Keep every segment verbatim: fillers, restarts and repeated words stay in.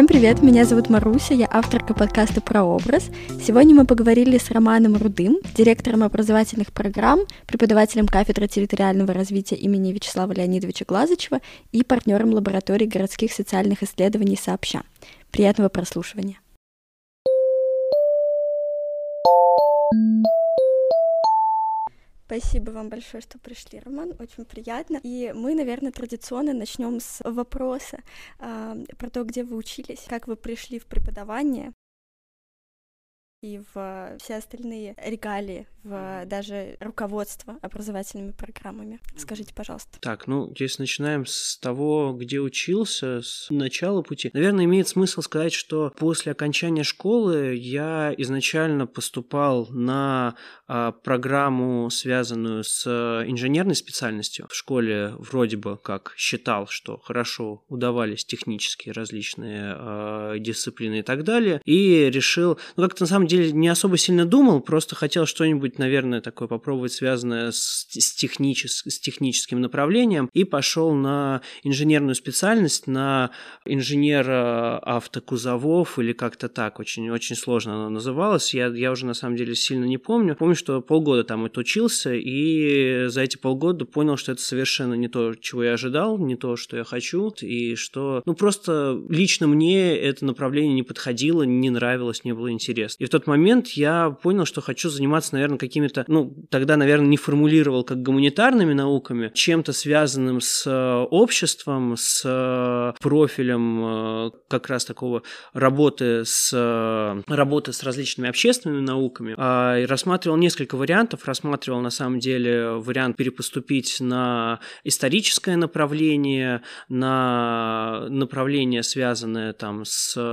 Всем привет, меня зовут Маруся, я авторка подкаста «Прообраз». Сегодня мы поговорили с Романом Рудым, директором образовательных программ, преподавателем кафедры территориального развития имени Вячеслава Леонидовича Глазычева и партнером лаборатории городских социальных исследований «Сообща». Приятного прослушивания. Спасибо вам большое, что пришли, Роман, очень приятно. И мы, наверное, традиционно начнем с вопроса э, про то, где вы учились, как вы пришли в преподавание и в все остальные регалии, в даже руководство образовательными программами. Скажите, пожалуйста. Так, ну, если начинаем с того, где учился, с начала пути, наверное, имеет смысл сказать, что после окончания школы я изначально поступал на а, программу, связанную с инженерной специальностью. В школе вроде бы как считал, что хорошо удавались технические различные а, дисциплины и так далее, и решил, ну, как-то на самом деле не особо сильно думал, просто хотел что-нибудь, наверное, такое попробовать, связанное с, с, техничес, с техническим направлением, и пошел на инженерную специальность, на инженера автокузовов или как-то так, очень, очень сложно она называлась, я, я уже на самом деле сильно не помню. Помню, что полгода там отучился, и за эти полгода понял, что это совершенно не то, чего я ожидал, не то, что я хочу, и что, ну, просто лично мне это направление не подходило, не нравилось, не было интересно. И в тот момент я понял, что хочу заниматься, наверное, какими-то, ну, тогда, наверное, не формулировал как гуманитарными науками, чем-то связанным с обществом, с профилем как раз такого работы с, работы с различными общественными науками. И рассматривал несколько вариантов. Рассматривал, на самом деле, вариант перепоступить на историческое направление, на направление, связанное там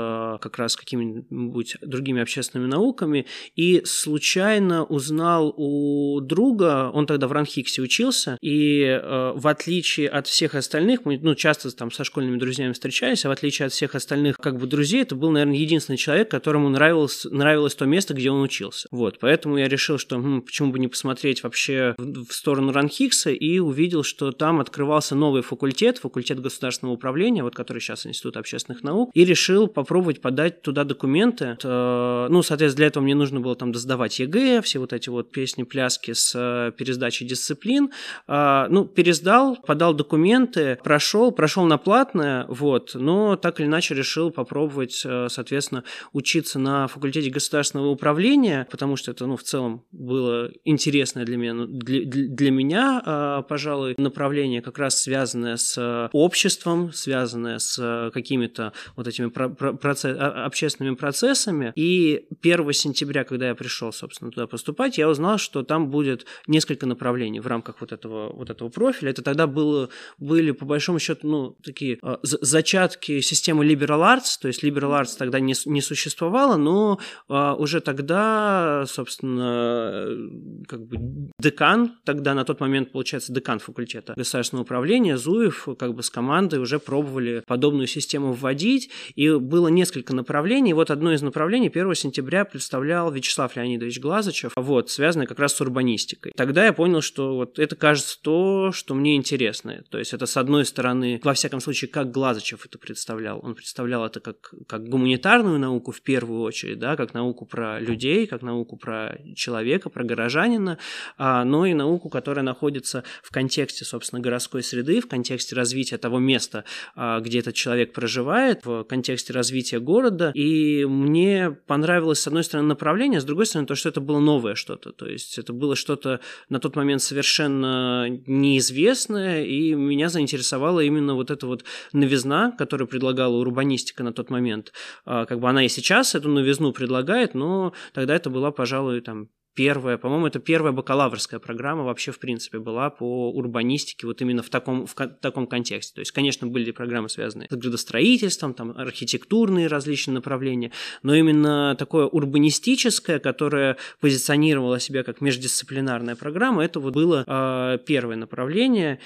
с как раз какими-нибудь другими общественными науками, и случайно узнал у друга, он тогда в РАНХИКСе учился, и э, в отличие от всех остальных, мы ну, часто там со школьными друзьями встречались, а в отличие от всех остальных как бы друзей, это был, наверное, единственный человек, которому нравилось, нравилось то место, где он учился. Вот, поэтому я решил, что хм, почему бы не посмотреть вообще в, в сторону РАНХИКСа, и увидел, что там открывался новый факультет, факультет государственного управления, вот который сейчас Институт общественных наук, и решил попробовать подать туда документы. Э, ну, соответственно, для этого мне нужно было там сдавать ЕГЭ, все вот эти вот песни, пляски с э, пересдачей дисциплин. Э, ну, пересдал, подал документы, прошел, прошел на платное, вот, но так или иначе решил попробовать, э, соответственно, учиться на факультете государственного управления, потому что это, ну, в целом было интересное для меня, ну, для, для меня, э, пожалуй, направление, как раз связанное с обществом, связанное с какими-то вот этими про- про- процесс, общественными процессами. И первого сентября, когда я пришел, собственно, туда поступать, я узнал, что там будет несколько направлений в рамках вот этого, вот этого профиля. Это тогда было, были, по большому счету, ну, такие э, зачатки системы liberal arts, то есть liberal arts тогда не, не существовало, но э, уже тогда, собственно, как бы декан, тогда на тот момент, получается, декан факультета государственного управления, Зуев, как бы с командой уже пробовали подобную систему вводить, и было несколько направлений. Вот одно из направлений первого сентября представлял Вячеслав Леонидович Глазычев, вот, связанное как раз с урбанистикой. Тогда я понял, что вот это, кажется, то, что мне интересно. То есть это, с одной стороны, во всяком случае, как Глазычев это представлял. Он представлял это как, как гуманитарную науку в первую очередь, да, как науку про людей, как науку про человека, про горожанина, а, но и науку, которая находится в контексте, собственно, городской среды, в контексте развития того места, а, где этот человек проживает, в контексте развития города. И мне понравилось, с одной стороны, направление, а с другой стороны, то, что это было новое что-то. То есть это было что-то на тот момент совершенно неизвестное, и меня заинтересовала именно вот эта вот новизна, которую предлагала урбанистика на тот момент. Как бы она и сейчас эту новизну предлагает, но тогда это была, пожалуй, там, первая, по-моему, это первая бакалаврская программа вообще, в принципе, была по урбанистике вот именно в таком, в таком контексте. То есть, конечно, были программы, связанные с градостроительством, там, архитектурные различные направления, но именно такое урбанистическое, которое позиционировало себя как междисциплинарная программа, это вот было э, первое направление,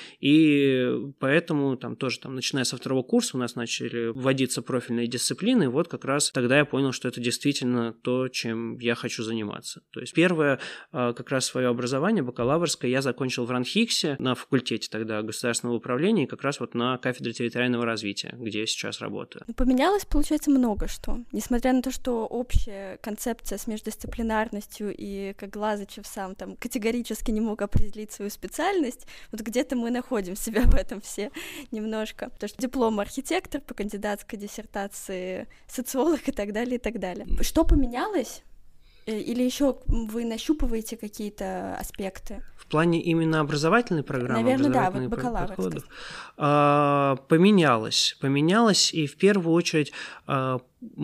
и поэтому там тоже, там, начиная со второго курса у нас начали вводиться профильные дисциплины, и вот как раз тогда я понял, что это действительно то, чем я хочу заниматься. То есть первое первое как раз свое образование бакалаврское я закончил в РАНХИКСе на факультете тогда государственного управления, как раз вот на кафедре территориального развития, где я сейчас работаю. Поменялось, получается, много что. Несмотря на то, что общая концепция с междисциплинарностью и, как Глазычев сам там категорически не мог определить свою специальность, вот где-то мы находим себя в этом все немножко. Потому что диплом архитектор, по кандидатской диссертации социолог и так далее, и так далее. Что поменялось? Или еще вы нащупываете какие-то аспекты? В плане именно образовательной программы? Наверное, да, вот бакалаврской. А, поменялось. Поменялось, и в первую очередь а,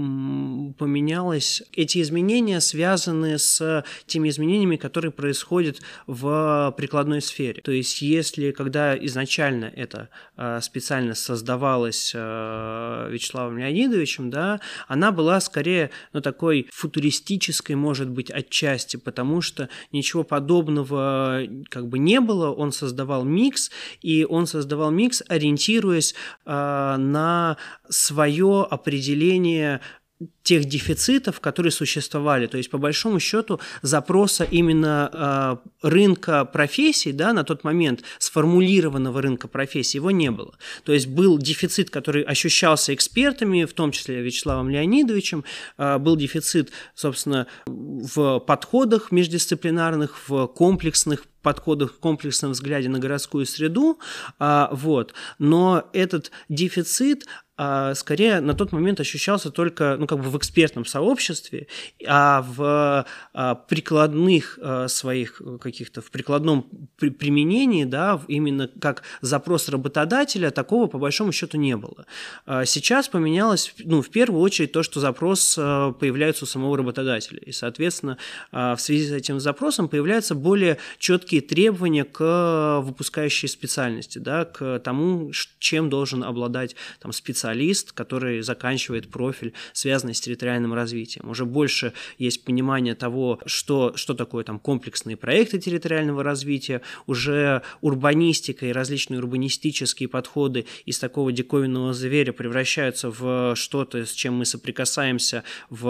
поменялось. Эти изменения связаны с теми изменениями, которые происходят в прикладной сфере. То есть, если когда изначально эта а, специальность создавалась а, Вячеславом Леонидовичем, да, она была скорее, ну, такой футуристической, может быть, отчасти, потому что ничего подобного как бы не было. Он создавал микс, и он создавал микс, ориентируясь а, на свое определение тех дефицитов, которые существовали. То есть, по большому счету, запроса именно э, рынка профессий, да, на тот момент сформулированного рынка профессий, его не было. То есть, был дефицит, который ощущался экспертами, в том числе Вячеславом Леонидовичем, э, был дефицит, собственно, в подходах междисциплинарных, в комплексных подходах, в комплексном взгляде на городскую среду, э, вот. Но этот дефицит а скорее на тот момент ощущался только, ну, как бы в экспертном сообществе, а в а, прикладных а, своих каких-то, в прикладном при- применении, да, именно как запрос работодателя, такого по большому счету не было. А сейчас поменялось, ну, в первую очередь то, что запрос а, появляется у самого работодателя, и, соответственно, а, в связи с этим запросом появляются более четкие требования к выпускающей специальности, да, к тому, чем должен обладать там специалист, специалист, который заканчивает профиль, связанный с территориальным развитием. Уже больше есть понимание того, что, что такое там комплексные проекты территориального развития, уже урбанистика и различные урбанистические подходы из такого диковинного зверя превращаются в что-то, с чем мы соприкасаемся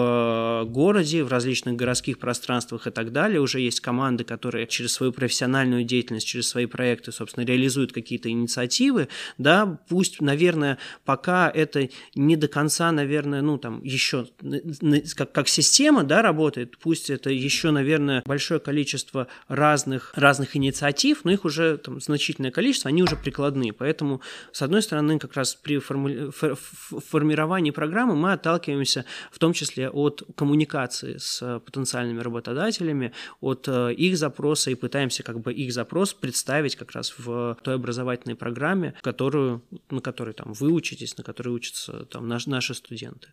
в городе, в различных городских пространствах и так далее. Уже есть команды, которые через свою профессиональную деятельность, через свои проекты, собственно, реализуют какие-то инициативы, да, пусть, наверное, пока это не до конца, наверное, ну, там, еще как, как система, да, работает, пусть это еще, наверное, большое количество разных, разных инициатив, но их уже там значительное количество, они уже прикладные, поэтому, с одной стороны, как раз при форми... формировании программы мы отталкиваемся в том числе от коммуникации с потенциальными работодателями, от их запроса, и пытаемся как бы их запрос представить как раз в той образовательной программе, которую, на которой там вы учитесь, на которой учатся там наш, наши студенты.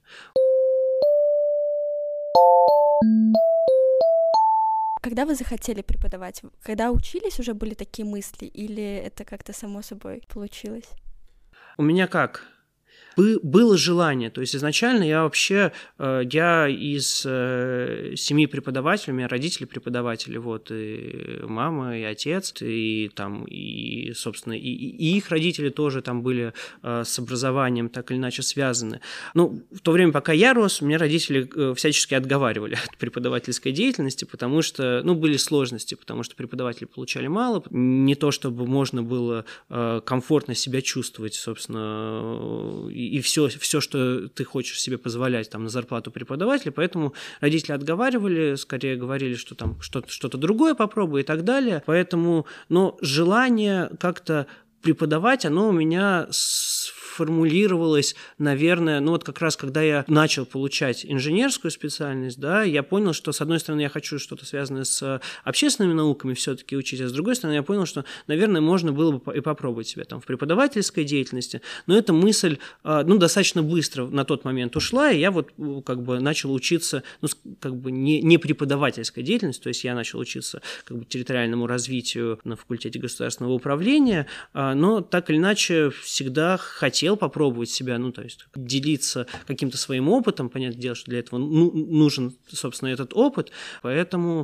Когда вы захотели преподавать? Когда учились, уже были такие мысли? Или это как-то само собой получилось? У меня как? Было желание, то есть изначально я вообще, я из семьи преподавателей, у меня родители преподаватели, вот, и мама, и отец, и там, и, собственно, и, и их родители тоже там были с образованием так или иначе связаны. Ну, в то время, пока я рос, у меня родители всячески отговаривали от преподавательской деятельности, потому что, ну, были сложности, потому что преподаватели получали мало, не то чтобы можно было комфортно себя чувствовать, собственно, и все, все, что ты хочешь себе позволять там, на зарплату преподавателя, поэтому родители отговаривали, скорее говорили, что там что-то, что-то другое попробуй и так далее, поэтому, но желание как-то преподавать, оно у меня сформулировалось, наверное, ну вот как раз, когда я начал получать инженерскую специальность, да, я понял, что, с одной стороны, я хочу что-то связанное с общественными науками все-таки учить, а с другой стороны, я понял, что, наверное, можно было бы и попробовать себя там в преподавательской деятельности, но эта мысль, ну, достаточно быстро на тот момент ушла, и я вот как бы начал учиться, ну, как бы не, не преподавательской деятельности, то есть я начал учиться как бы территориальному развитию на факультете государственного управления, но так или иначе всегда хотел попробовать себя, ну, то есть делиться каким-то своим опытом, понятное дело, что для этого ну, нужен, собственно, этот опыт, поэтому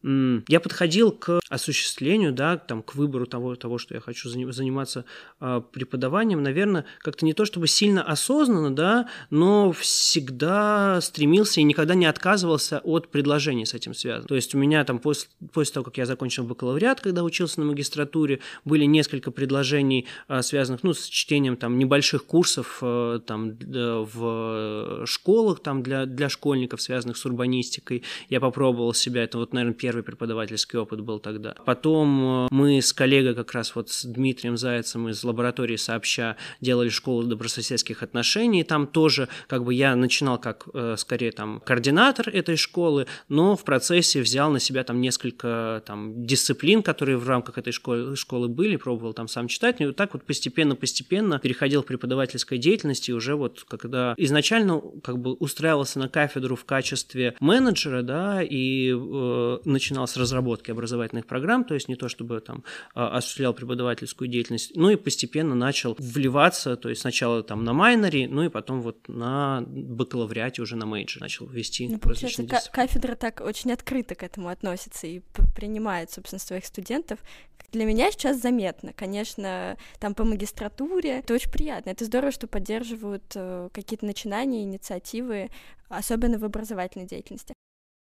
я подходил к осуществлению, да, там, к выбору того, того, что я хочу заниматься э, преподаванием, наверное, как-то не то чтобы сильно осознанно, да, но всегда стремился и никогда не отказывался от предложений с этим связанных. То есть у меня там после, после того, как я закончил бакалавриат, когда учился на магистратуре, были несколько предложений, э, связанных, ну, с чтением там небольших курсов э, там э, в школах там для, для школьников, связанных с урбанистикой. Я попробовал себя, это вот, наверное, первый преподавательский опыт был тогда. Потом мы с коллегой как раз вот с Дмитрием Зайцем из лаборатории «Сообща» делали школу добрососедских отношений. Там тоже как бы я начинал как, скорее, там, координатор этой школы, но в процессе взял на себя там несколько там дисциплин, которые в рамках этой школы, школы были, пробовал там сам читать. И вот так вот постепенно-постепенно переходил к преподавательской деятельности. И уже вот когда изначально как бы устраивался на кафедру в качестве менеджера, да, и э, начинал с разработки образовательных программ, то есть не то чтобы там э, осуществлял преподавательскую деятельность, ну и постепенно начал вливаться, то есть сначала там на майнере, ну и потом вот на бакалавриате уже на мейджоре начал вести. Ну, получается, к- кафедра так очень открыто к этому относится и п- принимает, собственно, своих студентов. Для меня сейчас заметно, конечно, там по магистратуре, это очень приятно, это здорово, что поддерживают э, какие-то начинания, инициативы, особенно в образовательной деятельности.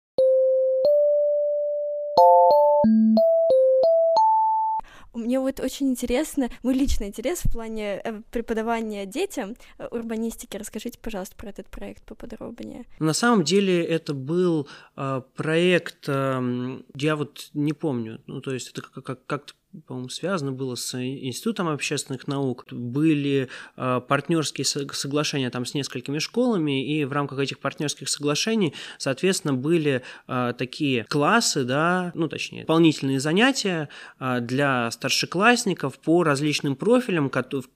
Мне вот очень интересно, мой личный интерес в плане преподавания детям урбанистики. Расскажите, пожалуйста, про этот проект поподробнее. На самом деле это был э, проект, э, я вот не помню, ну то есть это как- как- как-то по-моему, связано было с Институтом общественных наук. Были э, партнерские соглашения там с несколькими школами, и в рамках этих партнерских соглашений, соответственно, были э, такие классы, да, ну, точнее, дополнительные занятия э, для старшеклассников по различным профилям,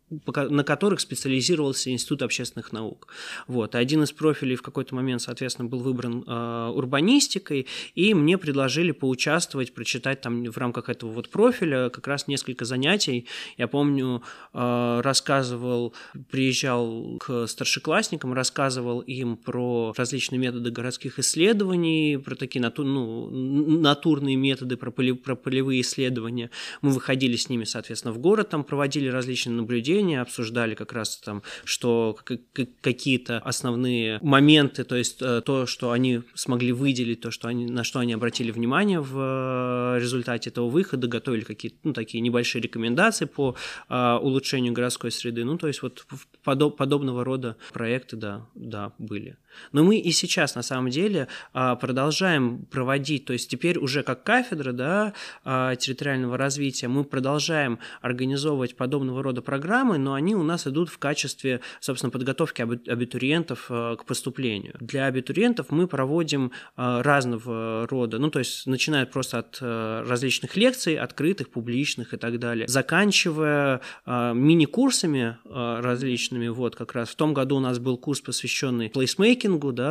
на которых специализировался Институт общественных наук. Вот. Один из профилей в какой-то момент, соответственно, был выбран э, урбанистикой, и мне предложили поучаствовать, прочитать там в рамках этого вот профиля как раз несколько занятий. Я помню, э, рассказывал, приезжал к старшеклассникам, рассказывал им про различные методы городских исследований, про такие натур, ну, натурные методы, про, поли, про полевые исследования. Мы выходили с ними, соответственно, в город, там проводили различные наблюдения, обсуждали как раз там, что какие-то основные моменты, то есть то, что они смогли выделить, то, что они, на что они обратили внимание в результате этого выхода, готовили какие-то, ну, такие небольшие рекомендации по а, улучшению городской среды. Ну, то есть вот подоб, подобного рода проекты, да, да, были. Но мы и сейчас, на самом деле, продолжаем проводить, то есть теперь уже как кафедра, да, территориального развития, мы продолжаем организовывать подобного рода программы, но они у нас идут в качестве, собственно, подготовки абитуриентов к поступлению. Для абитуриентов мы проводим разного рода, ну, то есть начиная просто от различных лекций, открытых, публичных и так далее, заканчивая мини-курсами различными, вот, как раз в том году у нас был курс, посвященный плейсмейкингу,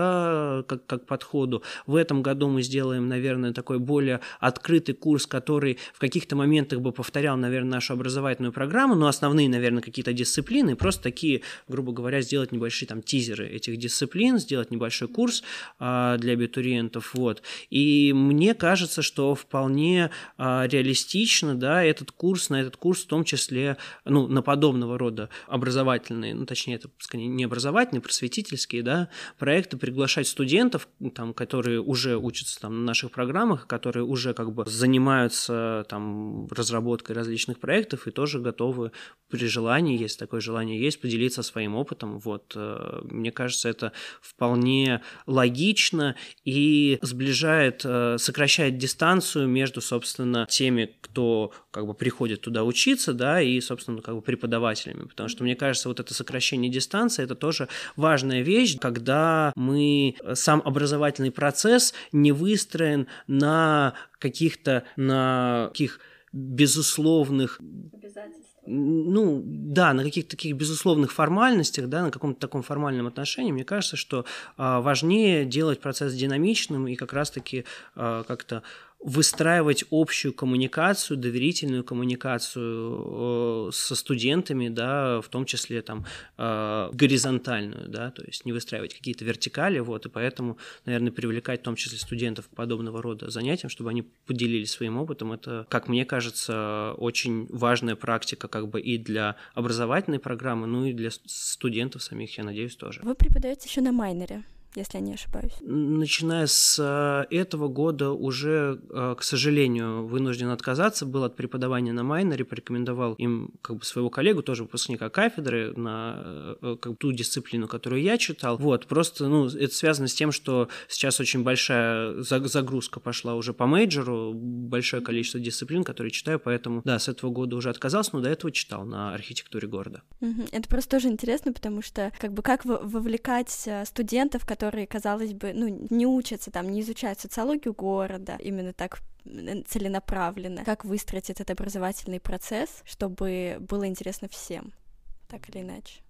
да, как, как подходу. В этом году мы сделаем, наверное, такой более открытый курс, который в каких-то моментах бы повторял, наверное, нашу образовательную программу, но основные, наверное, какие-то дисциплины, просто такие, грубо говоря, сделать небольшие там тизеры этих дисциплин, сделать небольшой курс а, для абитуриентов, вот. И мне кажется, что вполне а, реалистично, да, этот курс, на этот курс в том числе, ну, на подобного рода образовательные, ну, точнее, это, скорее, не образовательные, просветительские, да, проекты, приглашать студентов, там, которые уже учатся там, на наших программах, которые уже как бы занимаются там, разработкой различных проектов и тоже готовы при желании, если такое желание есть, поделиться своим опытом. Вот. Мне кажется, это вполне логично и сближает, сокращает дистанцию между, собственно, теми, кто как бы приходит туда учиться, да, и, собственно, как бы преподавателями. Потому что, мне кажется, вот это сокращение дистанции – это тоже важная вещь, когда мы, сам образовательный процесс не выстроен на каких-то, на таких безусловных обязательствах. Ну, да, на каких-то таких безусловных формальностях, да, на каком-то таком формальном отношении, мне кажется, что а, важнее делать процесс динамичным и как раз-таки а, как-то выстраивать общую коммуникацию, доверительную коммуникацию со студентами, да, в том числе там горизонтальную, да, то есть не выстраивать какие-то вертикали, вот, и поэтому, наверное, привлекать в том числе студентов к подобного рода занятиям, чтобы они поделились своим опытом, это, как мне кажется, очень важная практика как бы и для образовательной программы, ну и для студентов самих, я надеюсь, тоже. Вы преподаете еще на майнере, если я не ошибаюсь. Начиная с этого года уже, к сожалению, вынужден отказаться был от преподавания на майнере, порекомендовал им как бы своего коллегу, тоже выпускника кафедры, на как бы, ту дисциплину, которую я читал. Вот, просто, ну, это связано с тем, что сейчас очень большая загрузка пошла уже по мейджору, большое количество дисциплин, которые читаю, поэтому, да, с этого года уже отказался, но до этого читал на архитектуре города. Это просто тоже интересно, потому что, как бы, как вовлекать студентов, которые которые, казалось бы, ну, не учатся там, не изучают социологию города именно так целенаправленно, как выстроить этот образовательный процесс, чтобы было интересно всем, так или иначе.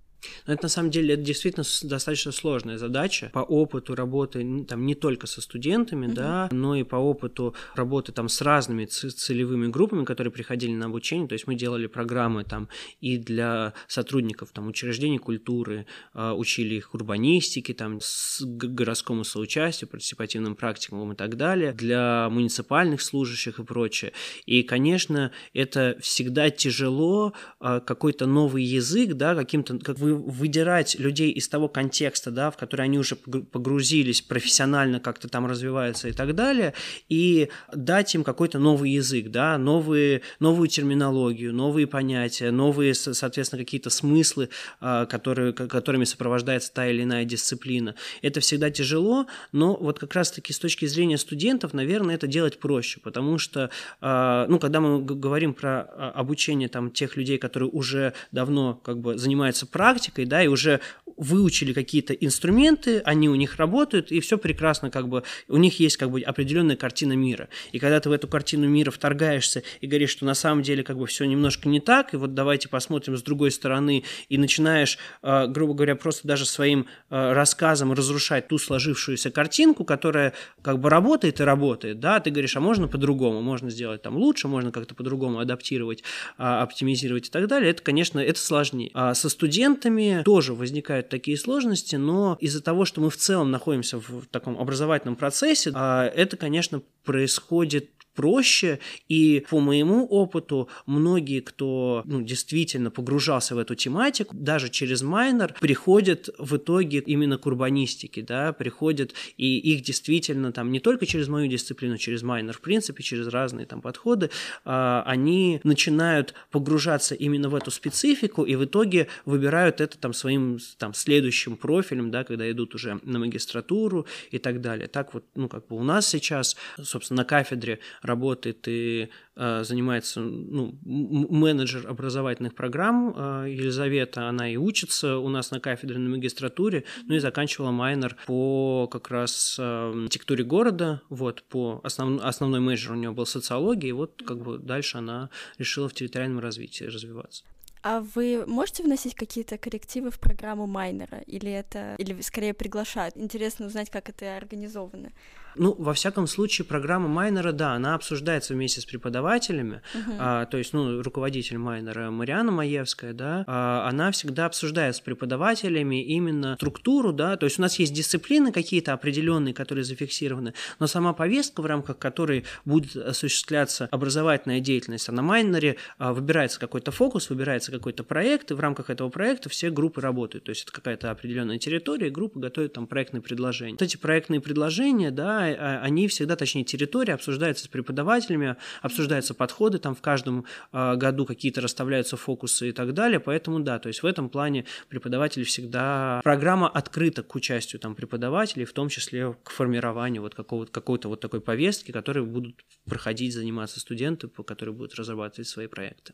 Но это на самом деле это действительно достаточно сложная задача по опыту работы там не только со студентами, uh-huh. да, но и по опыту работы там с разными целевыми группами, которые приходили на обучение. То есть мы делали программы там и для сотрудников там учреждений культуры, учили их урбанистике, там с городскому соучастию, партиципативным практикумам и так далее, для муниципальных служащих и прочее. И, конечно, это всегда тяжело какой-то новый язык, да, каким-то, как вы выдирать людей из того контекста, да, в который они уже погрузились профессионально, как-то там развиваются и так далее, и дать им какой-то новый язык, да, новые, новую терминологию, новые понятия, новые, соответственно, какие-то смыслы, которые, которыми сопровождается та или иная дисциплина. Это всегда тяжело, но вот как раз-таки с точки зрения студентов, наверное, это делать проще, потому что, ну, когда мы говорим про обучение там тех людей, которые уже давно как бы занимаются практикой, да, и уже выучили какие-то инструменты, они у них работают, и все прекрасно, как бы, у них есть как бы определенная картина мира. И когда ты в эту картину мира вторгаешься и говоришь, что на самом деле как бы все немножко не так, и вот давайте посмотрим с другой стороны, и начинаешь, грубо говоря, просто даже своим рассказом разрушать ту сложившуюся картинку, которая как бы работает и работает, да, ты говоришь, а можно по-другому, можно сделать там лучше, можно как-то по-другому адаптировать, оптимизировать и так далее, это, конечно, это сложнее. А со студентами тоже возникают такие сложности, но из-за того, что мы в целом находимся в таком образовательном процессе, это, конечно, происходит проще, и по моему опыту многие, кто ну, действительно погружался в эту тематику, даже через майнер, приходят в итоге именно к урбанистике, да, приходят, и их действительно там не только через мою дисциплину, через майнер, в принципе, через разные там подходы, а, они начинают погружаться именно в эту специфику, и в итоге выбирают это там своим там следующим профилем, да, когда идут уже на магистратуру и так далее. Так вот, ну, как бы у нас сейчас, собственно, на кафедре работает и э, занимается ну, менеджер образовательных программ э, Елизавета, она и учится у нас на кафедре на магистратуре, ну и заканчивала майнер по как раз э, архитектуре города, вот, по основ, основной мейджор у нее был социология, и вот как бы дальше она решила в территориальном развитии развиваться. А вы можете вносить какие-то коррективы в программу майнера? Или это, или скорее приглашают? Интересно узнать, как это организовано. Ну, во всяком случае, программа майнера, да, она обсуждается вместе с преподавателями, uh-huh. а, то есть, ну, руководитель майнера Марианна Маевская, да, а, она всегда обсуждает с преподавателями именно структуру, да, то есть у нас есть дисциплины какие-то определенные, которые зафиксированы, но сама повестка, в рамках которой будет осуществляться образовательная деятельность, а на майнере а, выбирается какой-то фокус, выбирается какой-то проект, и в рамках этого проекта все группы работают, то есть это какая-то определенная территория, и группа готовит там проектные предложения. Вот эти проектные предложения, да, они всегда, точнее, территория обсуждается с преподавателями, обсуждаются подходы, там в каждом э, году какие-то расставляются фокусы и так далее, поэтому да, то есть в этом плане преподаватели всегда... Программа открыта к участию там преподавателей, в том числе к формированию вот какого-то, какой-то вот такой повестки, которые будут проходить, заниматься студенты, которые будут разрабатывать свои проекты.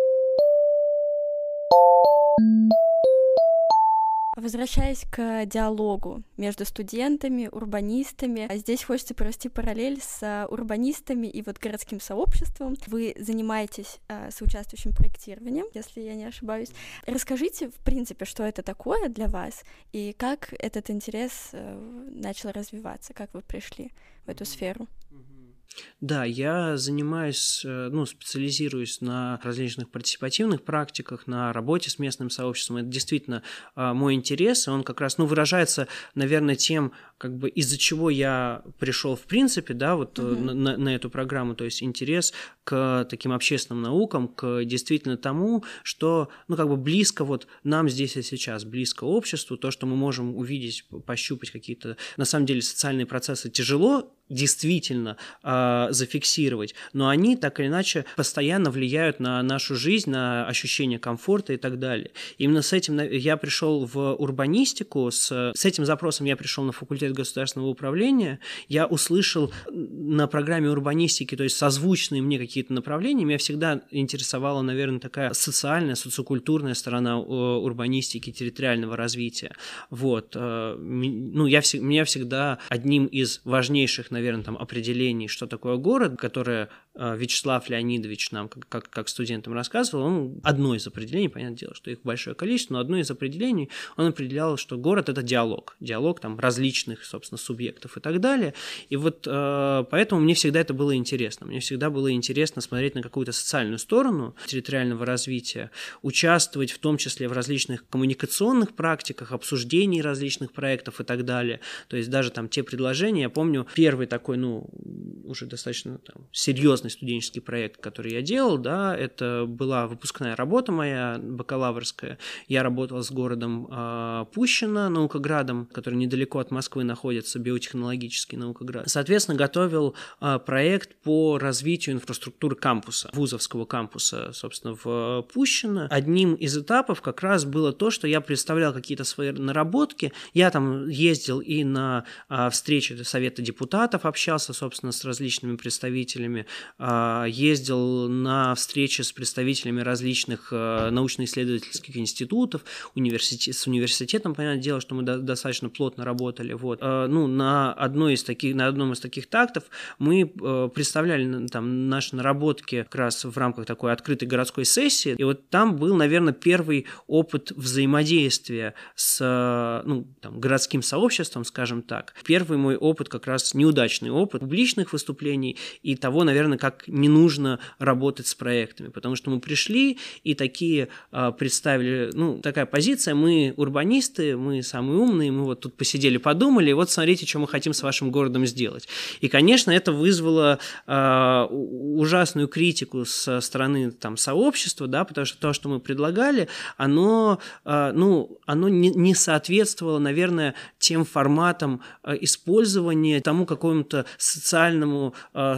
Возвращаясь к диалогу между студентами, урбанистами, здесь хочется провести параллель с урбанистами и вот городским сообществом. Вы занимаетесь э, соучаствующим проектированием, если я не ошибаюсь. Расскажите, в принципе, что это такое для вас и как этот интерес э, начал развиваться, как вы пришли в эту сферу. Да, я занимаюсь, ну, специализируюсь на различных партиципативных практиках, на работе с местным сообществом. Это действительно мой интерес, и он как раз, ну, выражается, наверное, тем, как бы из-за чего я пришел в принципе, да, вот uh-huh. на, на, на эту программу, то есть интерес к таким общественным наукам, к действительно тому, что, ну, как бы близко вот нам здесь и сейчас, близко обществу, то, что мы можем увидеть, пощупать какие-то, на самом деле, социальные процессы тяжело действительно э, зафиксировать, но они так или иначе постоянно влияют на нашу жизнь, на ощущение комфорта и так далее. Именно с этим я пришел в урбанистику, с, с этим запросом я пришел на факультет государственного управления, я услышал на программе урбанистики, то есть созвучные мне какие-то направления, меня всегда интересовала, наверное, такая социальная, социокультурная сторона урбанистики, территориального развития. Вот. Ну, я, меня всегда одним из важнейших, наверное, наверное, там определений, что такое город, которое э, Вячеслав Леонидович нам, как, как, как студентам рассказывал, он одно из определений, понятное дело, что их большое количество, но одно из определений он определял, что город – это диалог, диалог там различных, собственно, субъектов и так далее. И вот э, поэтому мне всегда это было интересно. Мне всегда было интересно смотреть на какую-то социальную сторону территориального развития, участвовать в том числе в различных коммуникационных практиках, обсуждении различных проектов и так далее. То есть даже там те предложения, я помню, первый такой, ну, уже достаточно там, серьезный студенческий проект, который я делал, да, это была выпускная работа моя, бакалаврская. Я работал с городом э, Пущино, Наукоградом, который недалеко от Москвы находится, биотехнологический Наукоград. Соответственно, готовил э, проект по развитию инфраструктуры кампуса, вузовского кампуса, собственно, в Пущино. Одним из этапов как раз было то, что я представлял какие-то свои наработки. Я там ездил и на э, встречи Совета депутатов, общался, собственно, с различными представителями, ездил на встречи с представителями различных научно-исследовательских институтов, университет, с университетом, понятное дело, что мы достаточно плотно работали. Вот. Ну, на, одной из таких, на одном из таких тактов мы представляли там наши наработки как раз в рамках такой открытой городской сессии, и вот там был, наверное, первый опыт взаимодействия с, ну, там, городским сообществом, скажем так. Первый мой опыт как раз неудачный опыт публичных выступлений и того, наверное, как не нужно работать с проектами, потому что мы пришли и такие э, представили, ну, такая позиция, мы урбанисты, мы самые умные, мы вот тут посидели, подумали, и вот смотрите, что мы хотим с вашим городом сделать. И, конечно, это вызвало э, ужасную критику со стороны там сообщества, да, потому что то, что мы предлагали, оно, э, ну, оно не, не соответствовало, наверное, тем форматам э, использования, тому, какому социальному,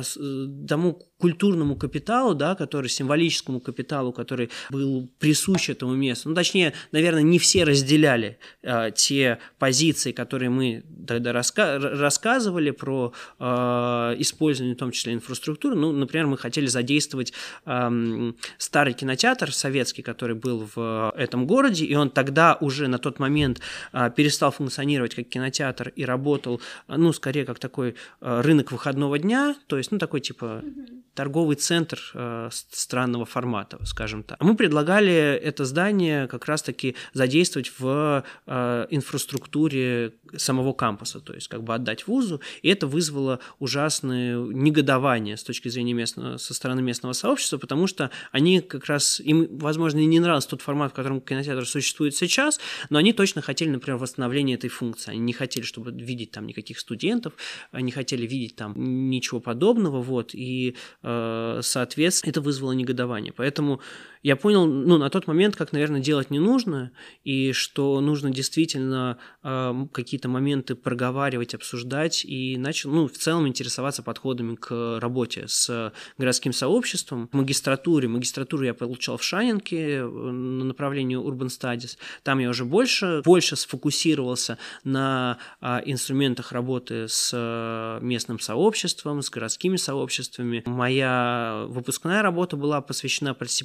тому культурному капиталу, да, который, символическому капиталу, который был присущ этому месту. Ну, точнее, наверное, не все разделяли э, те позиции, которые мы тогда раска- рассказывали про э, использование, в том числе, инфраструктуры. Ну, например, мы хотели задействовать э, старый кинотеатр советский, который был в этом городе, и он тогда уже на тот момент э, перестал функционировать как кинотеатр и работал, ну, скорее, как такой э, рынок выходного дня, то есть, ну, такой, типа, торговый центр э, странного формата, скажем так. Мы предлагали это здание как раз-таки задействовать в э, инфраструктуре самого кампуса, то есть как бы отдать вузу, и это вызвало ужасное негодование с точки зрения местного, со стороны местного сообщества, потому что они как раз, им, возможно, и не нравился тот формат, в котором кинотеатр существует сейчас, но они точно хотели, например, восстановления этой функции. Они не хотели, чтобы видеть там никаких студентов, они хотели видеть там ничего подобного, вот, и соответственно, это вызвало негодование. Поэтому я понял, ну, на тот момент, как, наверное, делать не нужно, и что нужно действительно э, какие-то моменты проговаривать, обсуждать, и начал, ну, в целом интересоваться подходами к работе с городским сообществом. В магистратуре, магистратуру я получал в Шанинке на направлении Urban Studies. Там я уже больше, больше сфокусировался на э, инструментах работы с местным сообществом, с городскими сообществами. Моя выпускная работа была посвящена партиципативным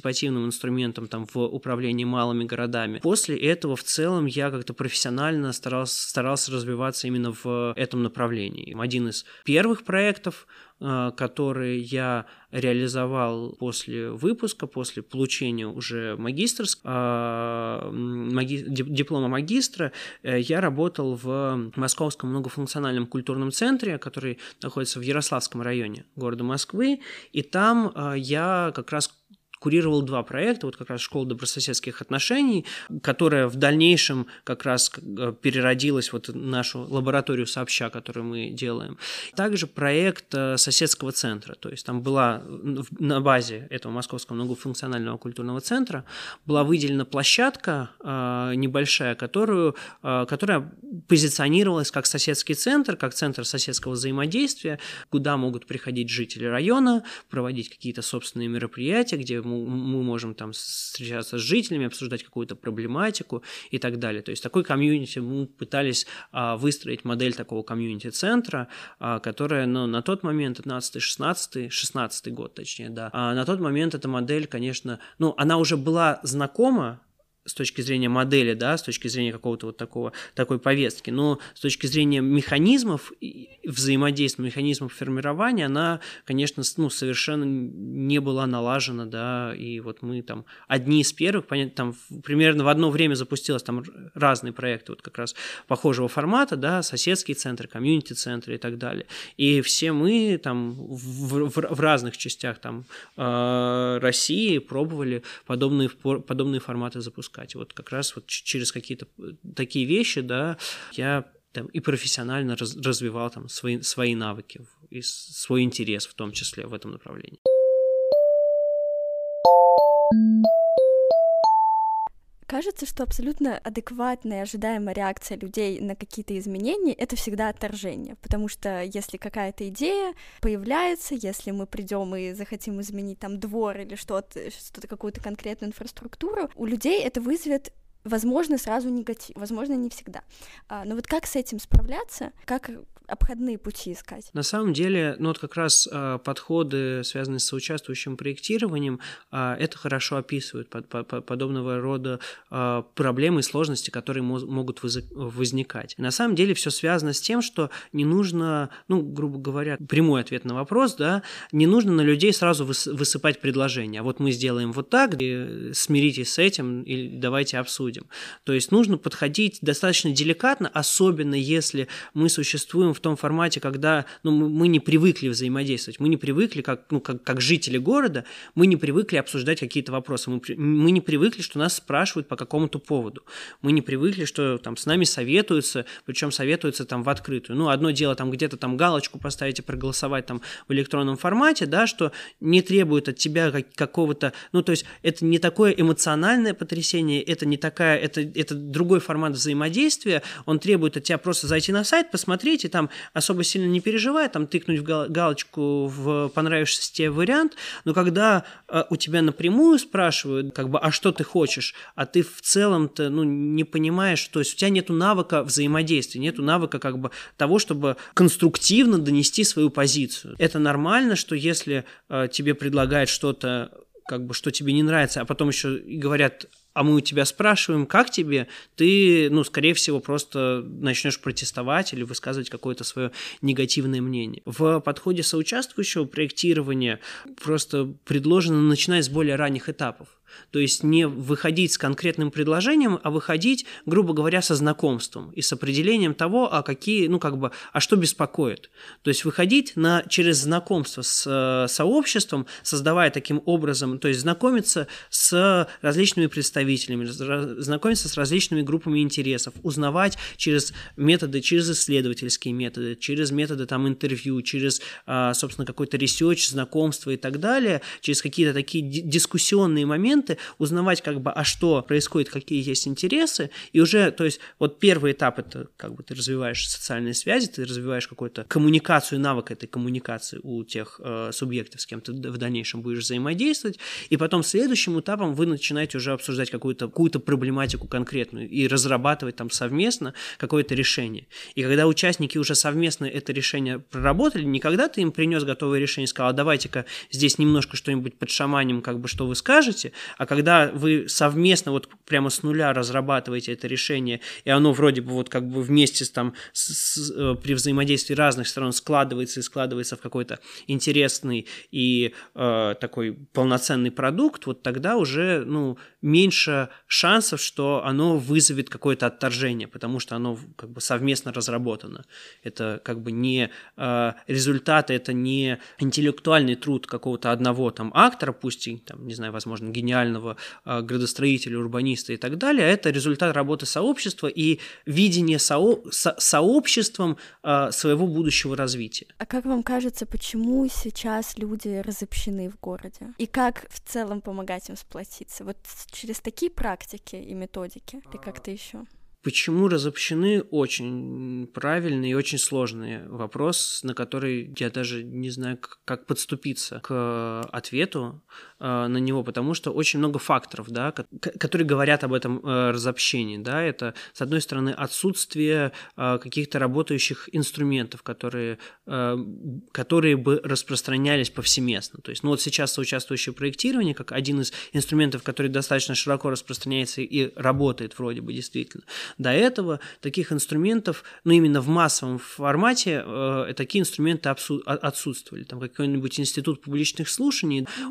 инструментом там, в управлении малыми городами. После этого в целом я как-то профессионально старался, старался развиваться именно в этом направлении. Один из первых проектов, которые я реализовал после выпуска, после получения уже магистерского, маги, диплома магистра, я работал в Московском многофункциональном культурном центре, который находится в Ярославском районе города Москвы, и там я как раз курировал два проекта, вот как раз «Школа добрососедских отношений», которая в дальнейшем как раз переродилась вот в нашу лабораторию сообща, которую мы делаем. Также проект соседского центра, то есть там была на базе этого Московского многофункционального культурного центра была выделена площадка небольшая, которую, которая позиционировалась как соседский центр, как центр соседского взаимодействия, куда могут приходить жители района, проводить какие-то собственные мероприятия, где мы можем там встречаться с жителями, обсуждать какую-то проблематику и так далее. То есть такой комьюнити мы пытались а, выстроить модель такого комьюнити-центра, а, которая ну, на тот момент, пятнадцатый, шестнадцатый, шестнадцатый год точнее, да, а на тот момент эта модель, конечно, ну, она уже была знакома с точки зрения модели, да, с точки зрения какого-то вот такого, такой повестки, но с точки зрения механизмов взаимодействия, механизмов формирования, она, конечно, ну, совершенно не была налажена, да, и вот мы там одни из первых, понятно, там примерно в одно время запустилось там разные проекты вот как раз похожего формата, да, соседский центр, комьюнити-центры и так далее, и все мы там в, в, в разных частях там э, России пробовали подобные, подобные форматы запускать. Вот как раз вот через какие-то такие вещи, да, я там, и профессионально раз, развивал там свои, свои навыки и свой интерес в том числе в этом направлении. Кажется, что абсолютно адекватная ожидаемая реакция людей на какие-то изменения — это всегда отторжение, потому что если какая-то идея появляется, если мы придем и захотим изменить там двор или что-то, что-то какую-то конкретную инфраструктуру, у людей это вызовет, возможно, сразу негатив, возможно, не всегда. Но вот как с этим справляться, как обходные пути искать? На самом деле, ну вот как раз э, подходы, связанные с соучаствующим проектированием, э, это хорошо описывают под, под, подобного рода э, проблемы и сложности, которые мо- могут выз- возникать. На самом деле все связано с тем, что не нужно, ну, грубо говоря, прямой ответ на вопрос, да, не нужно на людей сразу выс- высыпать предложения. А вот мы сделаем вот так, и смиритесь с этим, и давайте обсудим. То есть нужно подходить достаточно деликатно, особенно если мы существуем в том формате, когда ну, мы не привыкли взаимодействовать, мы не привыкли, как, ну, как, как жители города, мы не привыкли обсуждать какие-то вопросы, мы, мы не привыкли, что нас спрашивают по какому-то поводу, мы не привыкли, что там с нами советуются, причем советуются там в открытую. Ну, одно дело там где-то там галочку поставить и проголосовать там в электронном формате, да, что не требует от тебя как, какого-то, ну, то есть это не такое эмоциональное потрясение, это не такая, это, это другой формат взаимодействия, он требует от тебя просто зайти на сайт, посмотреть и там особо сильно не переживай, там тыкнуть в гал- галочку в понравившийся тебе вариант, но когда э, у тебя напрямую спрашивают, как бы, а что ты хочешь, а ты в целом-то, ну, не понимаешь, то есть у тебя нету навыка взаимодействия, нету навыка, как бы, того, чтобы конструктивно донести свою позицию. Это нормально, что если э, тебе предлагают что-то, как бы, что тебе не нравится, а потом еще говорят, а мы у тебя спрашиваем, как тебе, ты, ну, скорее всего, просто начнешь протестовать или высказывать какое-то свое негативное мнение. В подходе соучаствующего проектирования просто предложено начинать с более ранних этапов. То есть не выходить с конкретным предложением, а выходить, грубо говоря, со знакомством и с определением того, а какие, ну, как бы, а что беспокоит. То есть выходить на, через знакомство с э, сообществом, создавая таким образом, то есть знакомиться с различными представителями, знакомиться с различными группами интересов, узнавать через методы, через исследовательские методы, через методы там интервью, через, э, собственно, какой-то ресерч, знакомство и так далее, через какие-то такие дискуссионные моменты, узнавать, как бы, а что происходит, какие есть интересы, и уже, то есть, вот первый этап — это, как бы, ты развиваешь социальные связи, ты развиваешь какую-то коммуникацию, навык этой коммуникации у тех э, субъектов, с кем ты в дальнейшем будешь взаимодействовать, и потом следующим этапом вы начинаете уже обсуждать какую-то, какую-то проблематику конкретную и разрабатывать там совместно какое-то решение. И когда участники уже совместно это решение проработали, не когда ты им принес готовое решение и сказал, давайте-ка здесь немножко что-нибудь подшаманим, как бы, что вы скажете, А когда вы совместно вот прямо с нуля разрабатываете это решение, и оно вроде бы вот как бы вместе с, там, с, с, при взаимодействии разных сторон складывается и складывается в какой-то интересный и э, такой полноценный продукт, вот тогда уже, ну, меньше шансов, что оно вызовет какое-то отторжение, потому что оно как бы совместно разработано. Это как бы не э, результаты, это не интеллектуальный труд какого-то одного там актора, пусть и, там, не знаю, возможно, гениального э, градостроителя, урбаниста и так далее, а это результат работы сообщества и видение со- со- сообществом э, своего будущего развития. А как вам кажется, почему сейчас люди разобщены в городе? И как в целом помогать им сплотиться? Вот через такие практики и методики или как-то еще? Почему разобщены? Очень правильный и очень сложный вопрос, на который я даже не знаю, как подступиться к ответу на него, потому что очень много факторов, да, которые говорят об этом разобщении. Да. Это, с одной стороны, отсутствие каких-то работающих инструментов, которые, которые бы распространялись повсеместно. То есть, ну вот сейчас соучаствующее проектирование, как один из инструментов, который достаточно широко распространяется и работает вроде бы действительно. До этого таких инструментов, ну именно в массовом формате, э, такие инструменты абсу- отсутствовали. Там какой-нибудь институт публичных слушаний, mm-hmm.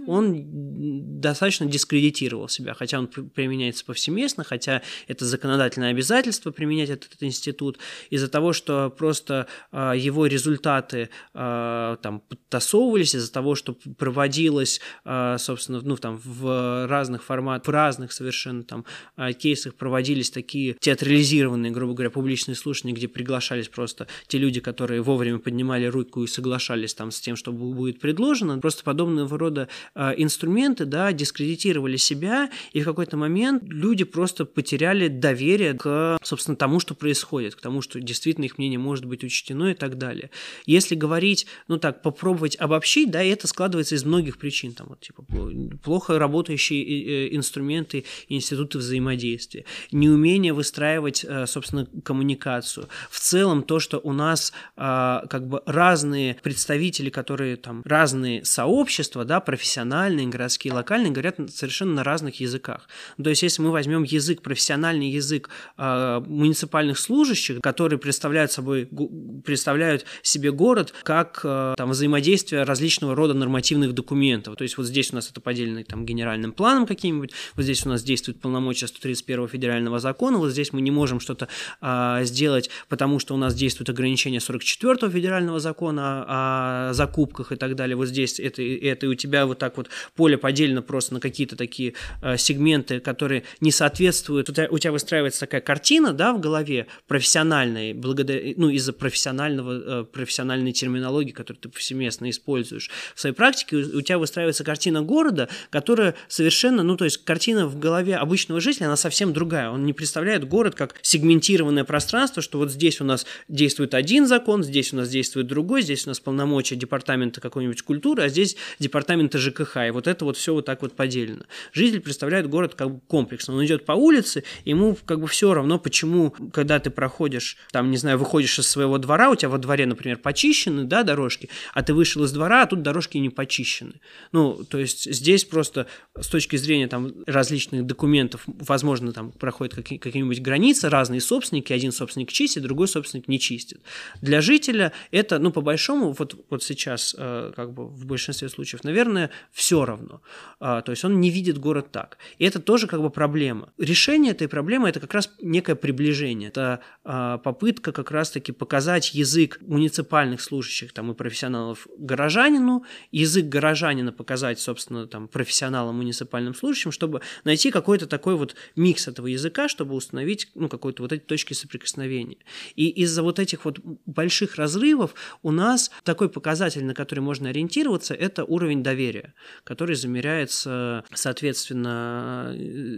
он достаточно дискредитировал себя, хотя он применяется повсеместно, хотя это законодательное обязательство применять этот, этот институт, из-за того, что просто э, его результаты э, там подтасовывались, из-за того, что проводилось, э, собственно, ну там в разных форматах, в разных совершенно там э, кейсах проводились такие театрализированные, грубо говоря, публичные слушания, где приглашались просто те люди, которые вовремя поднимали руку и соглашались там с тем, что будет предложено. Просто подобного рода э, инструменты, да, дискредитировали себя, и в какой-то момент люди просто потеряли доверие к, собственно, тому, что происходит, к тому, что действительно их мнение может быть учтено и так далее. Если говорить, ну так, попробовать обобщить, да, и это складывается из многих причин, там, вот, типа, плохо работающие инструменты и институты взаимодействия, неумение выстраивать, собственно, коммуникацию. В целом то, что у нас а, как бы разные представители, которые там, разные сообщества, да, профессиональные, городские, локальные, говорят совершенно на разных языках. То есть если мы возьмем язык, профессиональный язык а, муниципальных служащих, которые представляют собой, представляют себе город как а, там, взаимодействие различного рода нормативных документов. То есть вот здесь у нас это поделено там, генеральным планом каким-нибудь, вот здесь у нас действует полномочия сто тридцать первого федерального закона, вот здесь мы не можем что-то а, сделать, потому что у нас действует ограничение сорок четвёртого федерального закона о, о закупках и так далее. Вот здесь это, это и у тебя вот так вот поле поделено просто на какие-то такие а, сегменты, которые не соответствуют. У тебя, у тебя выстраивается такая картина, да, в голове профессиональной, благодаря, ну, из-за профессионального, профессиональной терминологии, которую ты повсеместно используешь в своей практике, у тебя выстраивается картина города, которая совершенно, ну, то есть картина в голове обычного жителя, она совсем другая. Он не представляет город как сегментированное пространство, что вот здесь у нас действует один закон, здесь у нас действует другой, здесь у нас полномочия департамента какой-нибудь культуры, а здесь департамента ЖКХ, и вот это вот все вот так вот поделено. Житель представляет город как бы комплексно. Он идет по улице, ему как бы все равно, почему, когда ты проходишь, там, не знаю, выходишь из своего двора, у тебя во дворе, например, почищены, да, дорожки, а ты вышел из двора, а тут дорожки не почищены. Ну, то есть здесь просто с точки зрения там различных документов, возможно, там проходят какие- какие-нибудь границы, разные собственники, один собственник чистит, другой собственник не чистит. Для жителя это, ну, по большому, вот, вот сейчас, э, как бы в большинстве случаев, наверное, все равно. А, то есть он не видит город так. И это тоже как бы проблема. Решение этой проблемы – это как раз некое приближение. Это а, попытка как раз-таки показать язык муниципальных служащих там, и профессионалов горожанину, язык горожанина показать, собственно, там, профессионалам муниципальным служащим, чтобы найти какой-то такой вот микс этого языка, чтобы установить, ну, какой-то вот эти точки соприкосновения. И из-за вот этих вот больших разрывов у нас такой показатель, на который можно ориентироваться, это уровень доверия, который замеряется, соответственно,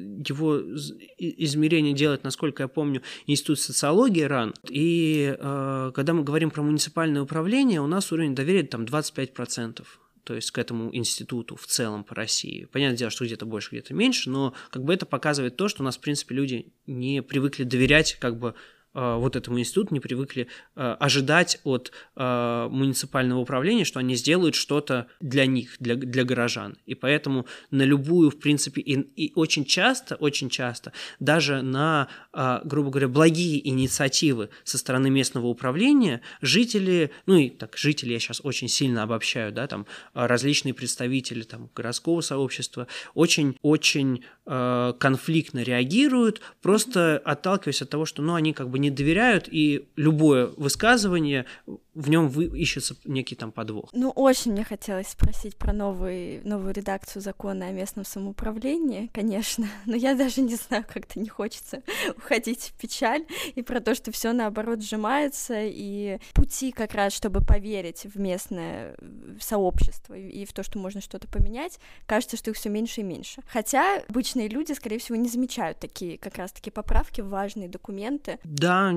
его измерение делает, насколько я помню, Институт социологии РАН. И э, когда мы говорим про муниципальное управление, у нас уровень доверия там двадцать пять процентов. То есть к этому институту в целом по России. Понятное дело, что где-то больше, где-то меньше, но как бы это показывает то, что у нас, в принципе, люди не привыкли доверять как бы вот этому институту, не привыкли ожидать от муниципального управления, что они сделают что-то для них, для, для горожан. И поэтому на любую, в принципе, и, и очень часто, очень часто, даже на, грубо говоря, благие инициативы со стороны местного управления жители, ну и так, жители я сейчас очень сильно обобщаю, да, там различные представители там, городского сообщества очень-очень э, конфликтно реагируют, просто отталкиваясь от того, что ну, они как бы не доверяют, и любое высказывание, в нем вы, ищется некий там подвох. Ну, очень мне хотелось спросить про новый, новую редакцию закона о местном самоуправлении, конечно, но я даже не знаю, как-то не хочется уходить в печаль, и про то, что все наоборот сжимается, и пути как раз, чтобы поверить в местное сообщество и в то, что можно что-то поменять, кажется, что их все меньше и меньше. Хотя обычные люди, скорее всего, не замечают такие как раз-таки поправки в важные документы. Да,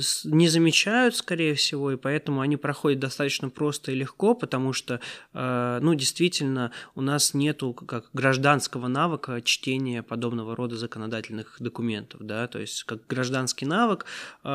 не замечают, скорее всего, и поэтому они проходят достаточно просто и легко, потому что, э, ну, действительно, у нас нету как гражданского навыка чтения подобного рода законодательных документов, да, то есть как гражданский навык, э,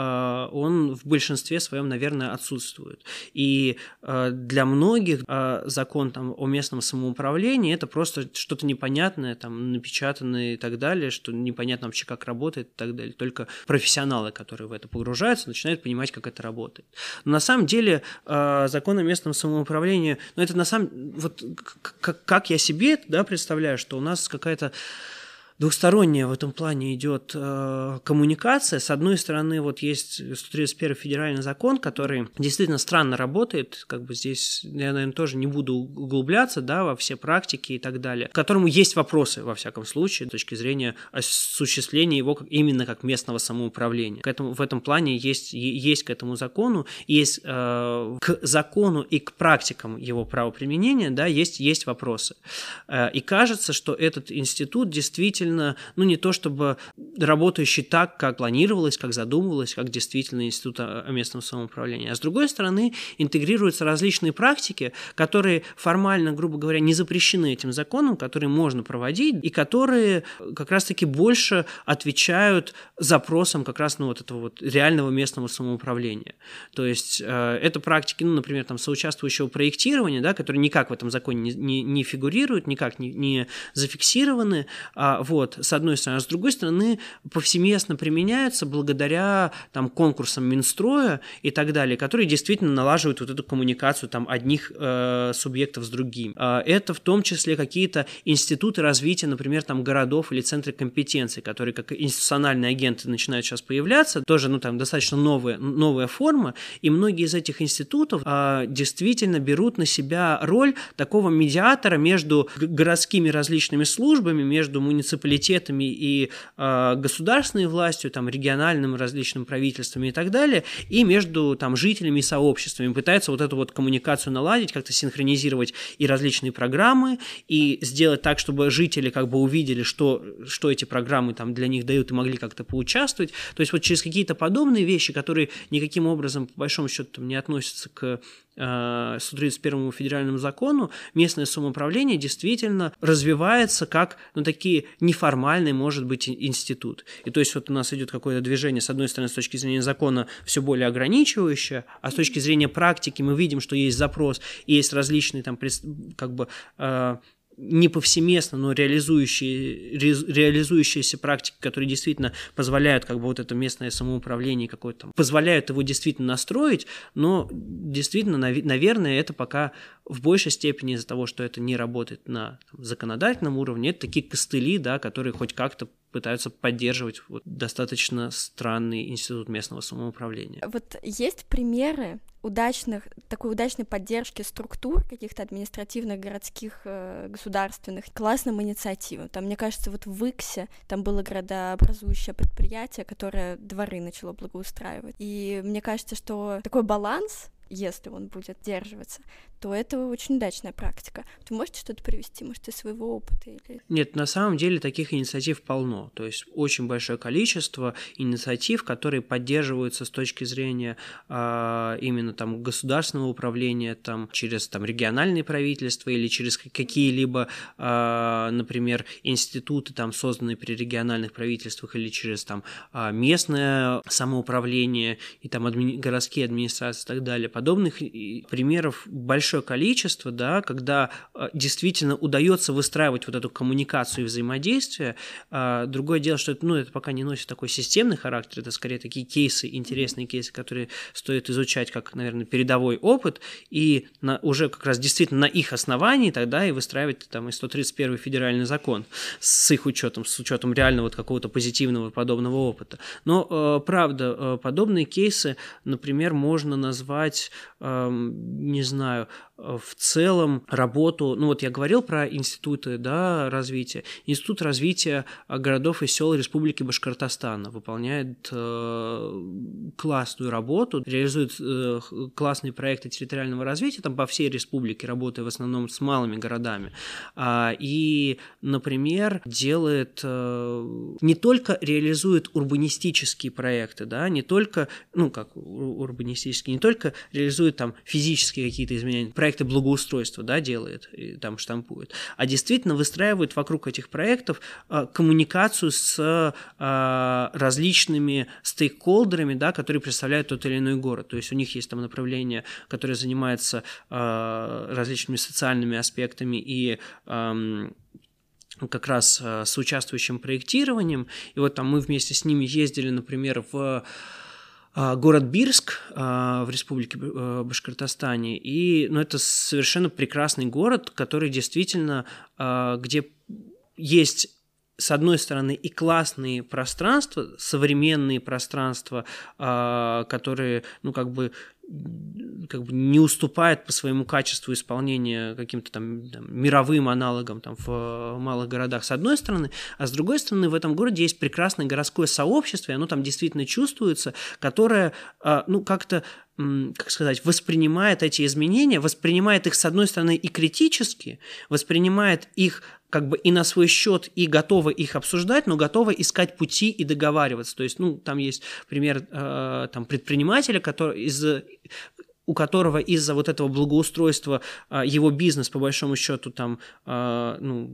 он в большинстве своем, наверное, отсутствует. И э, для многих э, закон там, о местном самоуправлении — это просто что-то непонятное, там, напечатанное и так далее, что непонятно вообще, как работает и так далее. Только профессионалы, которые в это погружаются, начинают понимать, как это работает. Но на самом деле закон о местном самоуправлении, ну, это на самом вот как, как я себе, да, представляю, что у нас какая-то двухсторонняя в этом плане идет э, коммуникация. С одной стороны, вот есть сто тридцать первый федеральный закон, который действительно странно работает, как бы здесь я, наверное, тоже не буду углубляться, да, во все практики и так далее, к которому есть вопросы, во всяком случае, с точки зрения осуществления его как, именно как местного самоуправления. К этому, в этом плане есть, есть к этому закону, есть э, к закону и к практикам его правоприменения, да, есть, есть вопросы. Э, и кажется, что этот институт действительно, ну, не то чтобы работающий так, как планировалось, как задумывалось, как действительно институт о местном самоуправлении. А с другой стороны, интегрируются различные практики, которые формально, грубо говоря, не запрещены этим законом, которые можно проводить, и которые как раз-таки больше отвечают запросам как раз, ну, вот этого вот реального местного самоуправления. То есть э, это практики, ну, например, там, соучаствующего проектирования, да, которые никак в этом законе не, не, не фигурируют, никак не, не зафиксированы, а, вот, с одной стороны. А с другой стороны, повсеместно применяются благодаря там, конкурсам Минстроя и так далее, которые действительно налаживают вот эту коммуникацию там, одних э, субъектов с другими. А это в том числе какие-то институты развития, например, там, городов или центры компетенций, которые как институциональные агенты начинают сейчас появляться, тоже ну, там, достаточно новая, новая форма, и многие из этих институтов э, действительно берут на себя роль такого медиатора между городскими различными службами, между муниципалитетами и э, государственной властью, там, региональным различным правительствами и так далее, и между там, жителями и сообществами. Пытаются вот эту вот коммуникацию наладить, как-то синхронизировать и различные программы, и сделать так, чтобы жители как бы увидели, что, что эти программы там, для них дают, и могли как-то поучаствовать. То есть вот через какие-то подобные вещи, которые никаким образом, по большому счету, не относятся к сто тридцать первому федеральному закону, местное самоуправление действительно развивается как, ну, такие неформальный, может быть, институт. И то есть вот у нас идет какое-то движение, с одной стороны, с точки зрения закона все более ограничивающее, а с точки зрения практики мы видим, что есть запрос, и есть различные там, как бы, э, не повсеместно, но реализующие, ре, реализующиеся практики, которые действительно позволяют как бы вот это местное самоуправление какое-то, позволяют его действительно настроить, но действительно, наверное, это пока в большей степени из-за того, что это не работает на там, законодательном уровне, это такие костыли, да, которые хоть как-то пытаются поддерживать вот достаточно странный институт местного самоуправления. Вот есть примеры удачных, такой удачной поддержки структур каких-то административных, городских, э, государственных, классным инициативам. Там, мне кажется, вот в Иксе там было градообразующее предприятие, которое дворы начало благоустраивать. И мне кажется, что такой баланс если он будет сдерживаться, то это очень удачная практика. Вы можете что-то привести, может, из своего опыта? Или... Нет, на самом деле таких инициатив полно. То есть очень большое количество инициатив, которые поддерживаются с точки зрения а, именно там государственного управления, там, через там, региональные правительства или через какие-либо, а, например, институты, там, созданные при региональных правительствах, или через там, местное самоуправление и там, адми... городские администрации и так далее. Подобных примеров большое количество, да, когда действительно удается выстраивать вот эту коммуникацию и взаимодействие. Другое дело, что это, ну, это пока не носит такой системный характер, это скорее такие кейсы, интересные кейсы, которые стоит изучать как, наверное, передовой опыт, и на, уже как раз действительно на их основании тогда и выстраивать там и сто тридцать первый федеральный закон с их учетом, с учетом реального вот какого-то позитивного подобного опыта. Но, правда, подобные кейсы, например, можно назвать, не знаю, в целом работу, ну вот я говорил про институты, да, развития. Институт развития городов и сел Республики Башкортостан выполняет э, классную работу, реализует э, классные проекты территориального развития там по всей республике, работая в основном с малыми городами. А, и, например, делает, э, не только реализует урбанистические проекты, да, не только, ну как урбанистические, не только реализует там физические какие-то изменения, проекты благоустройства, да, делает, и там штампует, а действительно выстраивает вокруг этих проектов а, коммуникацию с а, различными стейкхолдерами, да, которые представляют тот или иной город. То есть у них есть там направление, которое занимается а, различными социальными аспектами и а, как раз а, соучаствующим проектированием. И вот там мы вместе с ними ездили, например, в город Бирск в Республике Башкортостане, и ну, это совершенно прекрасный город, который действительно, где есть, с одной стороны, и классные пространства, современные пространства, которые, ну, как бы, как бы не уступает по своему качеству исполнения каким-то там, там мировым аналогам там, в малых городах, с одной стороны, а с другой стороны, в этом городе есть прекрасное городское сообщество, и оно там действительно чувствуется, которое, ну, как-то, как сказать, воспринимает эти изменения, воспринимает их, с одной стороны, и критически, воспринимает их как бы и на свой счет, и готовы их обсуждать, но готовы искать пути и договариваться. То есть, ну, там есть пример э, там, предпринимателя, который из... у которого из-за вот этого благоустройства а, его бизнес, по большому счету, там, а, ну,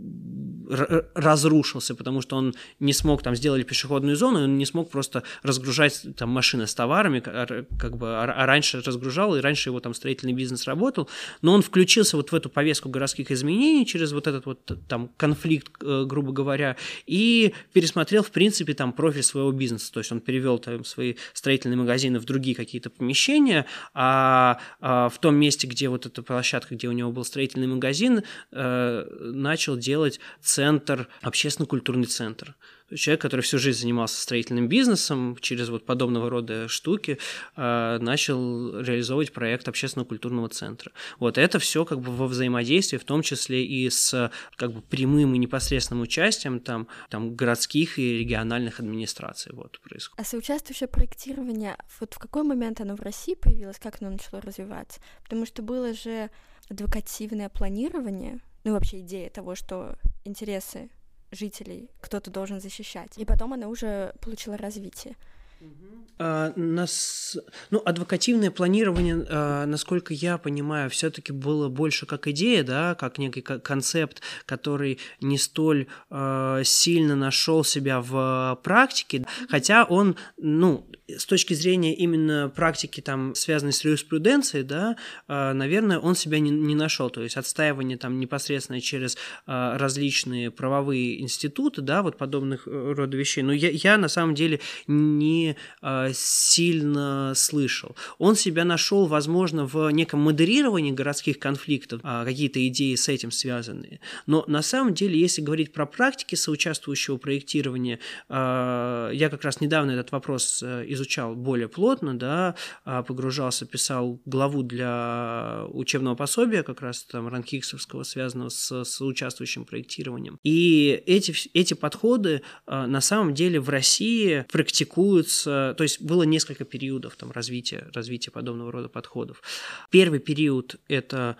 р- разрушился, потому что он не смог, там, сделали пешеходную зону, и он не смог просто разгружать там машины с товарами, как бы, а раньше разгружал, и раньше его там строительный бизнес работал, но он включился вот в эту повестку городских изменений через вот этот вот там конфликт, грубо говоря, и пересмотрел, в принципе, там профиль своего бизнеса, то есть он перевел там свои строительные магазины в другие какие-то помещения, А, а в том месте, где вот эта площадка, где у него был строительный магазин, э, начал делать центр, общественно-культурный центр. Человек, который всю жизнь занимался строительным бизнесом, через вот подобного рода штуки э, начал реализовывать проект общественно-культурного центра. Вот это все как бы во взаимодействии, в том числе и с как бы прямым и непосредственным участием там, там городских и региональных администраций вот, происходит. А соучаствующее проектирование, вот в какой момент оно в России появилось, как оно начало развиваться? Потому что было же адвокативное планирование, ну вообще идея того, что интересы жителей кто-то должен защищать. И потом она уже получила развитие. А, нас, ну, адвокативное планирование, а, насколько я понимаю, все-таки было больше как идея, да, как некий концепт, который не столь а, сильно нашел себя в практике, хотя он, ну, с точки зрения именно практики, там, связанной с юриспруденцией, да, а, наверное, он себя не, не нашел, то есть отстаивание там непосредственно через а, различные правовые институты, да, вот подобных рода вещей, но я, я на самом деле не сильно слышал. Он себя нашел, возможно, в неком модерировании городских конфликтов, какие-то идеи с этим связанные. Но на самом деле, если говорить про практики соучаствующего проектирования, я как раз недавно этот вопрос изучал более плотно, да, погружался, писал главу для учебного пособия, как раз там ранкиксовского, связанного с, с участвующим проектированием. И эти, эти подходы на самом деле в России практикуются, то есть было несколько периодов там, развития, развития подобного рода подходов. Первый период – это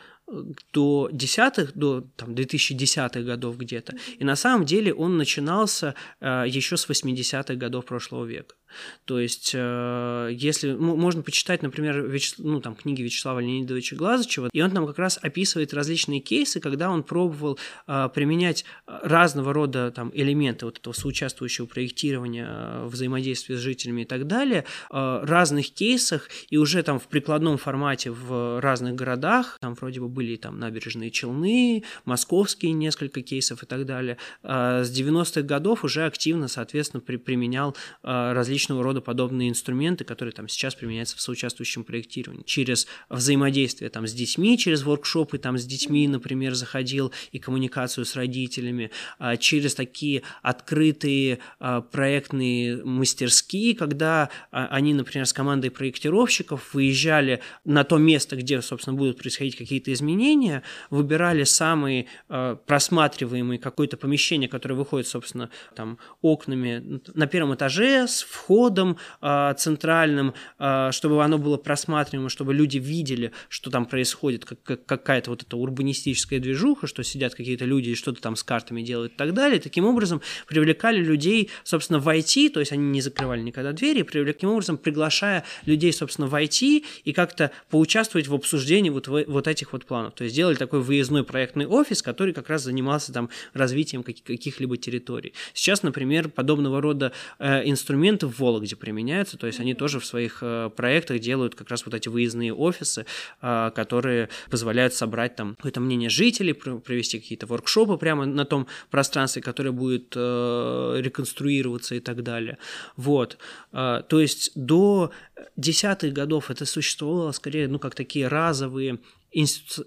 до десятых, до там, две тысячи десятых годов где-то. И на самом деле он начинался э, еще с восьмидесятых годов прошлого века. То есть, э, если ну, можно почитать, например, Вяче... ну, там, книги Вячеслава Леонидовича Глазычева, и он там как раз описывает различные кейсы, когда он пробовал э, применять разного рода там, элементы вот этого соучаствующего проектирования, э, взаимодействия с жителями и так далее, э, в разных кейсах, и уже там в прикладном формате в разных городах, там вроде бы были там набережные Челны, московские несколько кейсов и так далее. С девяностых годов уже активно, соответственно, при, применял различного рода подобные инструменты, которые там сейчас применяются в соучаствующем проектировании. Через взаимодействие там с детьми, через воркшопы там с детьми, например, заходил и коммуникацию с родителями, через такие открытые проектные мастерские, когда они, например, с командой проектировщиков выезжали на то место, где, собственно, будут происходить какие-то изменения, изменения, выбирали самые э, просматриваемые какое-то помещение, которое выходит, собственно, там, окнами на первом этаже с входом э, центральным, э, чтобы оно было просматриваемо, чтобы люди видели, что там происходит, как, как, какая-то вот эта урбанистическая движуха, что сидят какие-то люди и что-то там с картами делают и так далее. Таким образом привлекали людей, собственно, войти, то есть они не закрывали никогда двери, привлекали, таким образом приглашая людей, собственно, войти и как-то поучаствовать в обсуждении вот, вот этих вот планов. То есть сделали такой выездной проектный офис, который как раз занимался там развитием каких-либо территорий. Сейчас, например, подобного рода э, инструменты в Вологде применяются, то есть они тоже в своих э, проектах делают как раз вот эти выездные офисы, э, которые позволяют собрать там какое-то мнение жителей, провести какие-то воркшопы прямо на том пространстве, которое будет э, реконструироваться и так далее. Вот. Э, то есть до десятых годов это существовало скорее, ну, как такие разовые институ...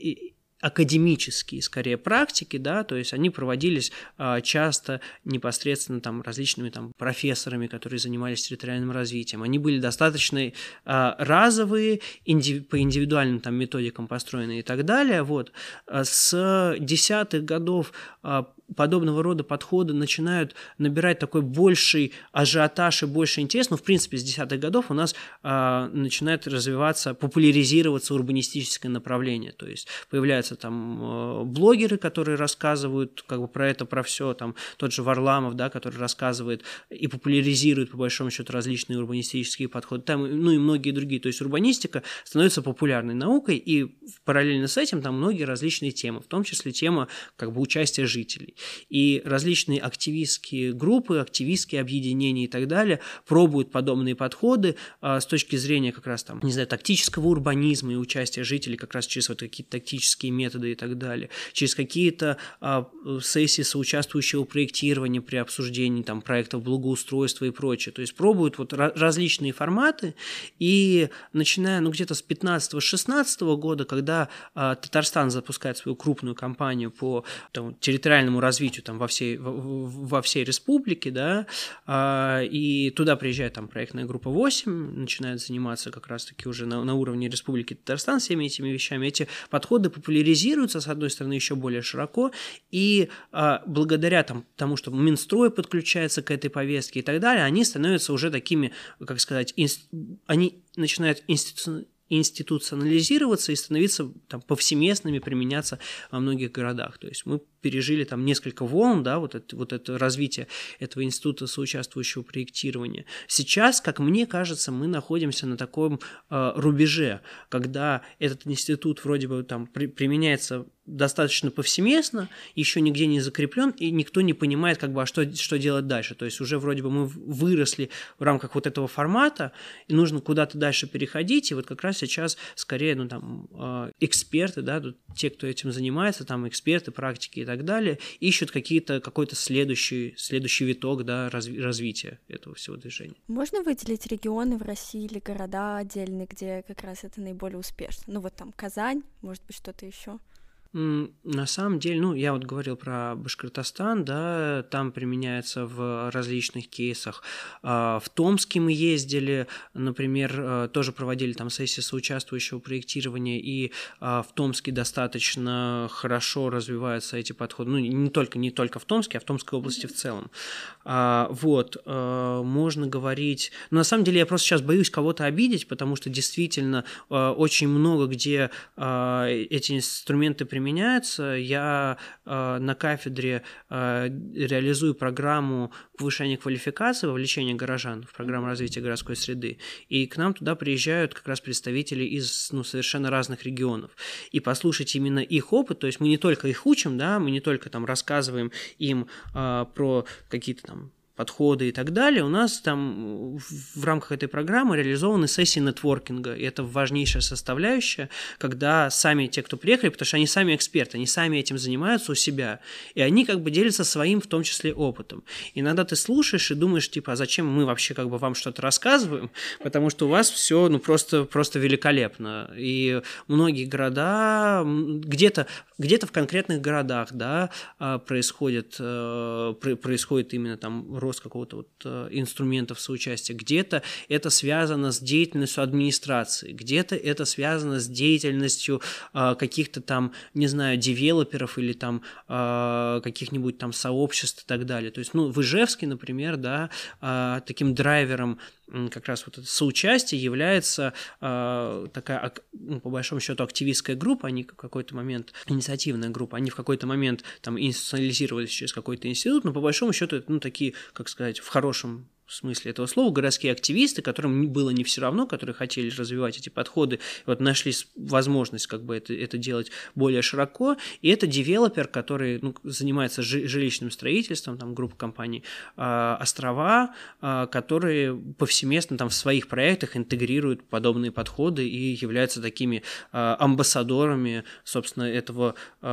академические, скорее, практики, да, то есть они проводились а, часто непосредственно там различными там профессорами, которые занимались территориальным развитием. Они были достаточно а, разовые, инди... по индивидуальным там методикам построены и так далее. Вот. С десятых годов а, подобного рода подходы начинают набирать такой больший ажиотаж и больше интерес. Но, в принципе, с десятых годов у нас а, начинает развиваться, популяризироваться урбанистическое направление. То есть появляются там блогеры, которые рассказывают как бы про это, про все. Там тот же Варламов, да, который рассказывает и популяризирует, по большому счету, различные урбанистические подходы. Там, ну и многие другие. То есть урбанистика становится популярной наукой, и параллельно с этим там многие различные темы, в том числе тема как бы участия жителей. И различные активистские группы, активистские объединения и так далее пробуют подобные подходы а, с точки зрения как раз там, не знаю, тактического урбанизма и участия жителей как раз через вот какие-то тактические методы и так далее, через какие-то а, сессии соучаствующего проектирования при обсуждении там проектов благоустройства и прочее. То есть пробуют вот ra- различные форматы, и начиная, ну, где-то с пятнадцатого-шестнадцатого года, когда а, Татарстан запускает свою крупную кампанию по там, территориальному развитию там, во, всей, во, во всей республике, да, а, и туда приезжает там проектная группа восемь, начинает заниматься как раз-таки уже на, на уровне Республики Татарстан всеми этими вещами. Эти подходы популяризируются, с одной стороны, еще более широко, и а, благодаря там, тому, что Минстрой подключается к этой повестке и так далее, они становятся уже такими, как сказать, инст... они начинают институционально институционализироваться и становиться там, повсеместными, применяться во многих городах. То есть мы пережили там несколько волн, да, вот это, вот это развитие этого института соучаствующего проектирования. Сейчас, как мне кажется, мы находимся на таком э, рубеже, когда этот институт вроде бы там при, применяется достаточно повсеместно, еще нигде не закреплен, и никто не понимает, как бы, а что, что делать дальше. То есть уже вроде бы мы выросли в рамках вот этого формата, и нужно куда-то дальше переходить, и вот как раз сейчас скорее, ну, там, э, эксперты, да, те, кто этим занимается, там, эксперты, практики и так далее, ищут какие-то, какой-то следующий, следующий виток, да, разви- развития этого всего движения. Можно выделить регионы в России или города отдельные, где как раз это наиболее успешно? Ну, вот там Казань, может быть, что-то еще? На самом деле, ну, я вот говорил про Башкортостан, да, там применяется в различных кейсах. В Томске мы ездили, например, тоже проводили там сессии соучаствующего проектирования, и в Томске достаточно хорошо развиваются эти подходы. Ну, не только, не только в Томске, а в Томской области в целом. Вот, можно говорить... Но на самом деле я просто сейчас боюсь кого-то обидеть, потому что действительно очень много где эти инструменты применяются. Применяется. Я э, на кафедре э, реализую программу повышения квалификации, вовлечения горожан в программу развития городской среды, и к нам туда приезжают как раз представители из ну, совершенно разных регионов. И послушать именно их опыт, то есть мы не только их учим, да, мы не только там рассказываем им э, про какие-то там подходы и так далее, у нас там в рамках этой программы реализованы сессии нетворкинга, и это важнейшая составляющая, когда сами те, кто приехали, потому что они сами эксперты, они сами этим занимаются у себя, и они как бы делятся своим, в том числе, опытом. Иногда ты слушаешь и думаешь, типа, а зачем мы вообще как бы вам что-то рассказываем, потому что у вас все ну просто, просто великолепно, и многие города, где-то где-то в конкретных городах, да, происходит, происходит именно там рост какого-то вот инструментов соучастия, где-то это связано с деятельностью администрации, где-то это связано с деятельностью каких-то там, не знаю, девелоперов или там каких-нибудь там сообществ и так далее. То есть, ну, в Ижевске, например, да, таким драйвером как раз вот это соучастие является э, такая, ну, по большому счету, активистская группа, они в какой-то момент, инициативная группа, они в какой-то момент там институционализировались через какой-то институт, но по большому счету это, ну, такие, как сказать, в хорошем в смысле этого слова, городские активисты, которым было не все равно, которые хотели развивать эти подходы, вот нашли возможность как бы это, это делать более широко, и это девелопер, который ну, занимается жилищным строительством, там группа компаний э, «Острова», э, которые повсеместно там в своих проектах интегрируют подобные подходы и являются такими э, амбассадорами, собственно, этого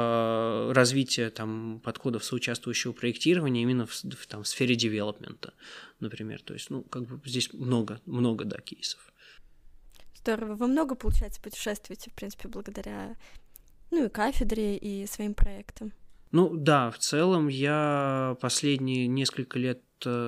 э, развития там подходов соучаствующего проектирования именно в, в, там, в сфере девелопмента, например. То есть, ну, как бы здесь много, много, да, кейсов. Здорово. Вы много, получается, путешествуете, в принципе, благодаря, ну, и кафедре, и своим проектам? Ну, да, в целом я последние несколько лет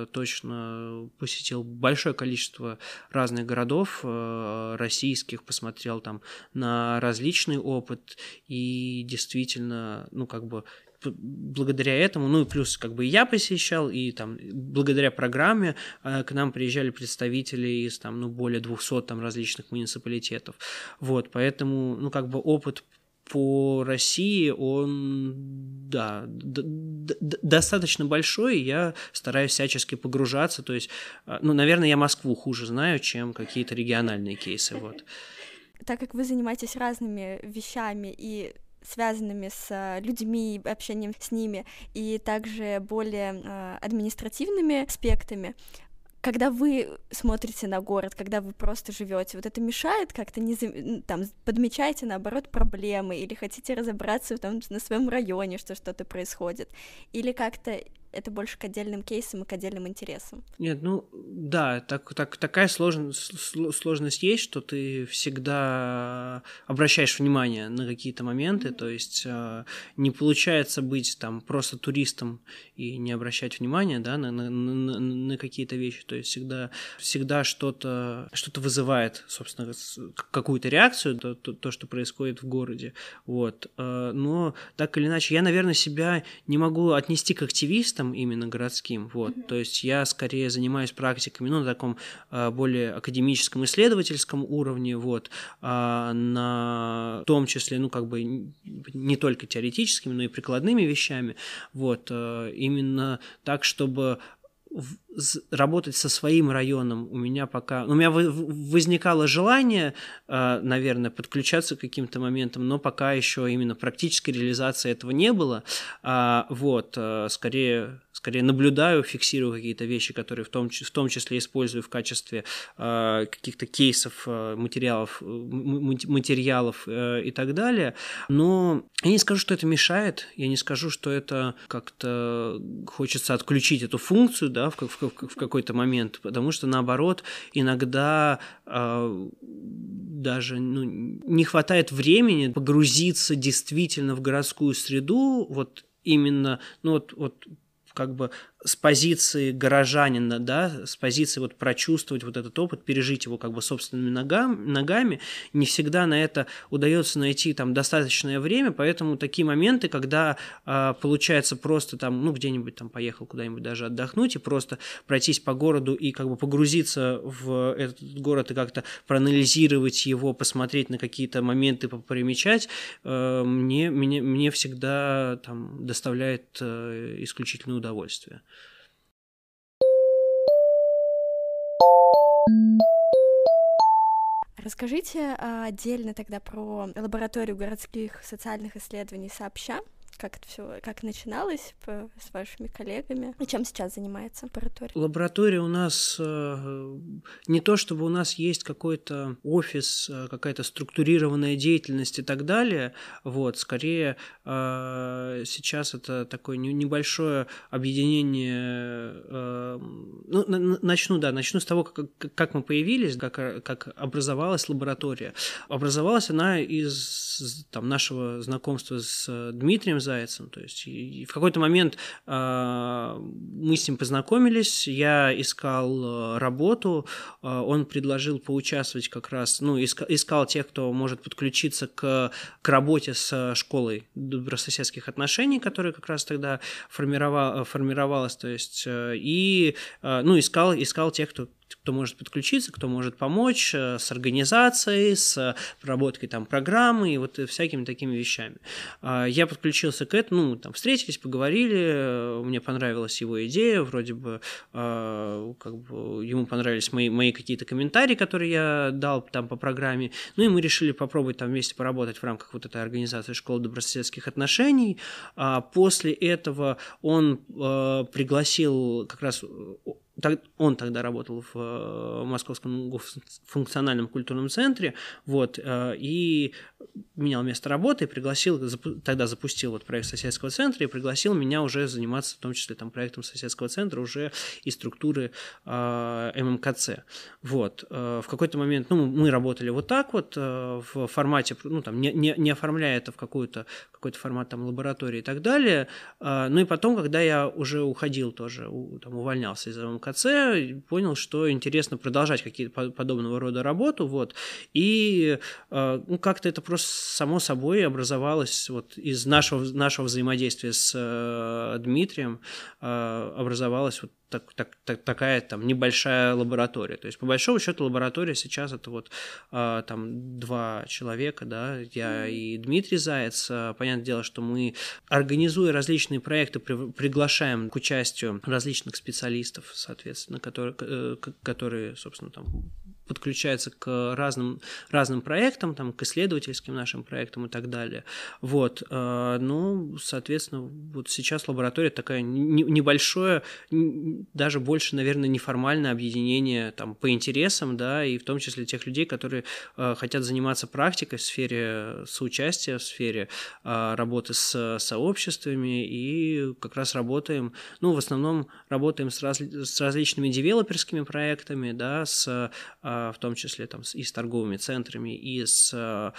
точно посетил большое количество разных городов российских, посмотрел там на различный опыт, и действительно, ну, как бы благодаря этому, ну и плюс как бы я посещал, и там благодаря программе э, к нам приезжали представители из там, ну, более двухсот там различных муниципалитетов. Вот, поэтому, ну, как бы опыт по России, он, да, д- д- достаточно большой, я стараюсь всячески погружаться, то есть, ну, наверное, я Москву хуже знаю, чем какие-то региональные кейсы, вот. Так как вы занимаетесь разными вещами и связанными с людьми, общением с ними, и также более э, административными аспектами, когда вы смотрите на город, когда вы просто живете, вот это мешает как-то, не зам... там, подмечаете, наоборот, проблемы, или хотите разобраться там на своем районе, что что-то происходит, или как-то это больше к отдельным кейсам и к отдельным интересам? Нет, ну да, так, так, такая сложность, сложность есть, что ты всегда обращаешь внимание на какие-то моменты, mm-hmm. то есть э, не получается быть там просто туристом и не обращать внимания, да, на, на, на, на какие-то вещи, то есть всегда, всегда что-то, что-то вызывает, собственно, какую-то реакцию, то, то, то что происходит в городе, вот, э, но так или иначе, я, наверное, себя не могу отнести к активистам, именно городским, вот, mm-hmm. то есть я скорее занимаюсь практиками, ну, на таком а, более академическом, исследовательском уровне, вот, а, на в том числе, ну, как бы не только теоретическими, но и прикладными вещами, вот, а, именно так, чтобы работать со своим районом у меня пока... У меня возникало желание, наверное, подключаться к каким-то моментам, но пока еще именно практической реализации этого не было. Вот, скорее, скорее наблюдаю, фиксирую какие-то вещи, которые в том, в том числе использую в качестве э, каких-то кейсов, э, материалов, материалов э, и так далее. Но я не скажу, что это мешает, я не скажу, что это как-то хочется отключить эту функцию, да, в, в, в какой-то момент, потому что, наоборот, иногда э, даже ну, не хватает времени погрузиться действительно в городскую среду, вот именно, ну вот, вот как бы с позиции горожанина, да, с позиции вот прочувствовать вот этот опыт, пережить его как бы собственными ногами, ногами, не всегда на это удается найти там достаточное время, поэтому такие моменты, когда э, получается просто там, ну, где-нибудь там поехал куда-нибудь даже отдохнуть и просто пройтись по городу и как бы погрузиться в этот город и как-то проанализировать его, посмотреть на какие-то моменты, попримечать, э, мне, мне, мне всегда там доставляет э, исключительное удовольствие. Расскажите а, отдельно тогда про лабораторию городских социальных исследований сообща. Как это все, как начиналось по, с вашими коллегами? И чем сейчас занимается лаборатория? Лаборатория у нас э, не то, чтобы у нас есть какой-то офис, э, какая-то структурированная деятельность и так далее. Вот, скорее э, сейчас это такое небольшое объединение. Э, ну, начну, да, начну с того, как, как мы появились, как, как образовалась лаборатория. Образовалась она из там, нашего знакомства с Дмитрием Зайцем. То есть и в какой-то момент э, мы с ним познакомились, я искал работу, э, он предложил поучаствовать как раз, ну, иск, искал тех, кто может подключиться к, к работе с школой добрососедских отношений, которая как раз тогда формировала, формировалась, то есть, э, и, э, ну, искал, искал тех, кто кто может подключиться, кто может помочь с организацией, с проработкой там программы и вот всякими такими вещами. Я подключился к этому, ну, там встретились, поговорили, мне понравилась его идея, вроде бы, как бы ему понравились мои, мои какие-то комментарии, которые я дал там по программе, ну и мы решили попробовать там вместе поработать в рамках вот этой организации школы добрососедских отношений. После этого он пригласил как раз... Он тогда работал в Московском функциональном культурном центре, вот, и менял место работы, и пригласил, тогда запустил вот проект соседского центра, и пригласил меня уже заниматься, в том числе там проектом соседского центра, уже из структуры э, эм эм ка цэ. Вот. В какой-то момент, ну, мы работали вот так вот, в формате, ну, там, не, не, не оформляя это в какую-то, какой-то формат там лаборатории и так далее. Ну и потом, когда я уже уходил тоже, там, увольнялся из эм эм ка цэ, понял, что интересно продолжать какие-то подобного рода работу, вот, и ну, как-то это просто само собой образовалось вот из нашего, нашего взаимодействия с э, Дмитрием, э, образовалась вот так, так, так, такая там небольшая лаборатория. То есть, по большому счету, лаборатория сейчас это вот э, там два человека, да, я и Дмитрий Заяц. Понятное дело, что мы, организуя различные проекты, при, приглашаем к участию различных специалистов, соответственно, которые, э, которые собственно, там подключаются к разным, разным проектам, там, к исследовательским нашим проектам и так далее. Вот. Ну, соответственно, вот сейчас лаборатория такая небольшое, даже больше, наверное, неформальное объединение там, по интересам, да, и в том числе тех людей, которые хотят заниматься практикой в сфере соучастия, в сфере работы с сообществами, и как раз работаем, ну, в основном работаем с, раз, с различными девелоперскими проектами, да, с в том числе там, и с торговыми центрами, и с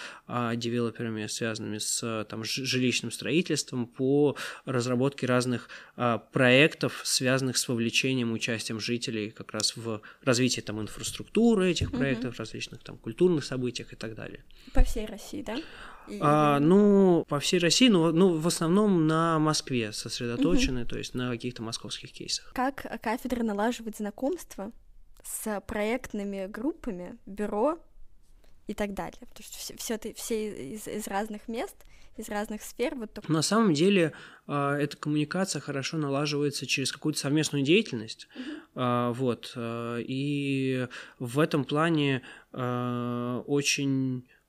а, девелоперами, связанными с там, жилищным строительством, по разработке разных а, проектов, связанных с вовлечением, участием жителей как раз в развитии там, инфраструктуры этих проектов, угу. различных там, культурных событиях и так далее. По всей России, да? И, а, или... Ну, по всей России, но ну, в основном на Москве сосредоточены, угу. то есть на каких-то московских кейсах. Как кафедра налаживает знакомство с проектными группами, бюро и так далее. Потому что все, все, это, все из, из разных мест, из разных сфер. Вот только... На самом деле эта коммуникация хорошо налаживается через какую-то совместную деятельность. Mm-hmm. Вот. И в этом плане очень...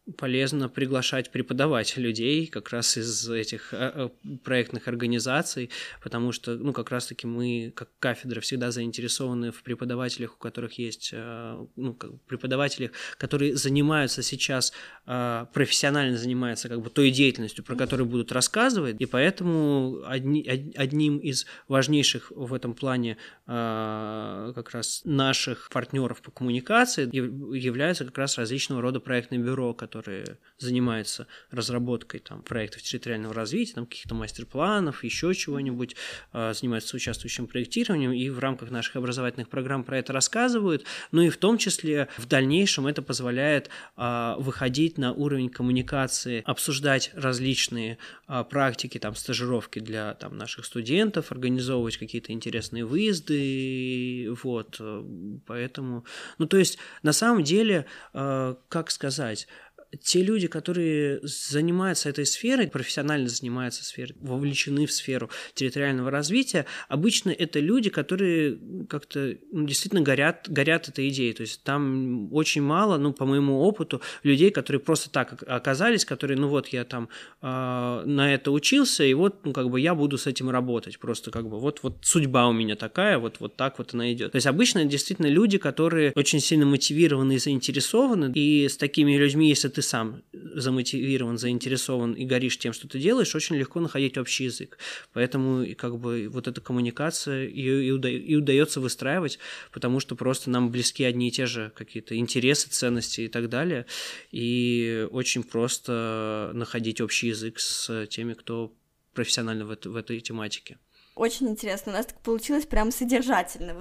полезно приглашать преподавать людей как раз из этих проектных организаций, потому что, ну, как раз-таки мы, как кафедра, всегда заинтересованы в преподавателях, у которых есть, ну, преподавателях, которые занимаются сейчас, профессионально занимаются как бы той деятельностью, про которую будут рассказывать, и поэтому одни, одним из важнейших в этом плане как раз наших партнеров по коммуникации являются как раз различного рода проектные бюро, которые которые занимаются разработкой там, проектов территориального развития, там, каких-то мастер-планов, еще чего-нибудь, э, занимаются соучаствующим проектированием и в рамках наших образовательных программ про это рассказывают. Ну и в том числе в дальнейшем это позволяет э, выходить на уровень коммуникации, обсуждать различные э, практики, там, стажировки для там, наших студентов, организовывать какие-то интересные выезды, вот, поэтому, ну то есть на самом деле, э, как сказать, те люди, которые занимаются этой сферой, профессионально занимаются сферой, вовлечены в сферу территориального развития, обычно это люди, которые как-то ну, действительно горят, горят этой идеей. То есть там очень мало, ну, по моему опыту, людей, которые просто так оказались, которые, ну вот я там э, на это учился, и вот, ну, как бы я буду с этим работать. Просто как бы вот, вот судьба у меня такая, вот, вот так вот она идет. То есть обычно это действительно люди, которые очень сильно мотивированы и заинтересованы, и с такими людьми, если ты сам замотивирован, заинтересован и горишь тем, что ты делаешь, очень легко находить общий язык. Поэтому как бы вот эта коммуникация ее и, уда- и удается выстраивать, потому что просто нам близки одни и те же какие-то интересы, ценности и так далее. И очень просто находить общий язык с теми, кто профессионально в, это, в этой тематике. Очень интересно. У нас так получилось прям содержательно.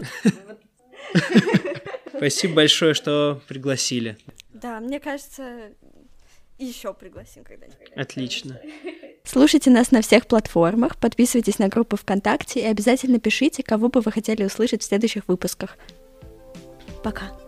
Спасибо большое, что пригласили. Да, мне кажется, еще пригласим когда-нибудь. Отлично. Слушайте нас на всех платформах, подписывайтесь на группу ВКонтакте и обязательно пишите, кого бы вы хотели услышать в следующих выпусках. Пока.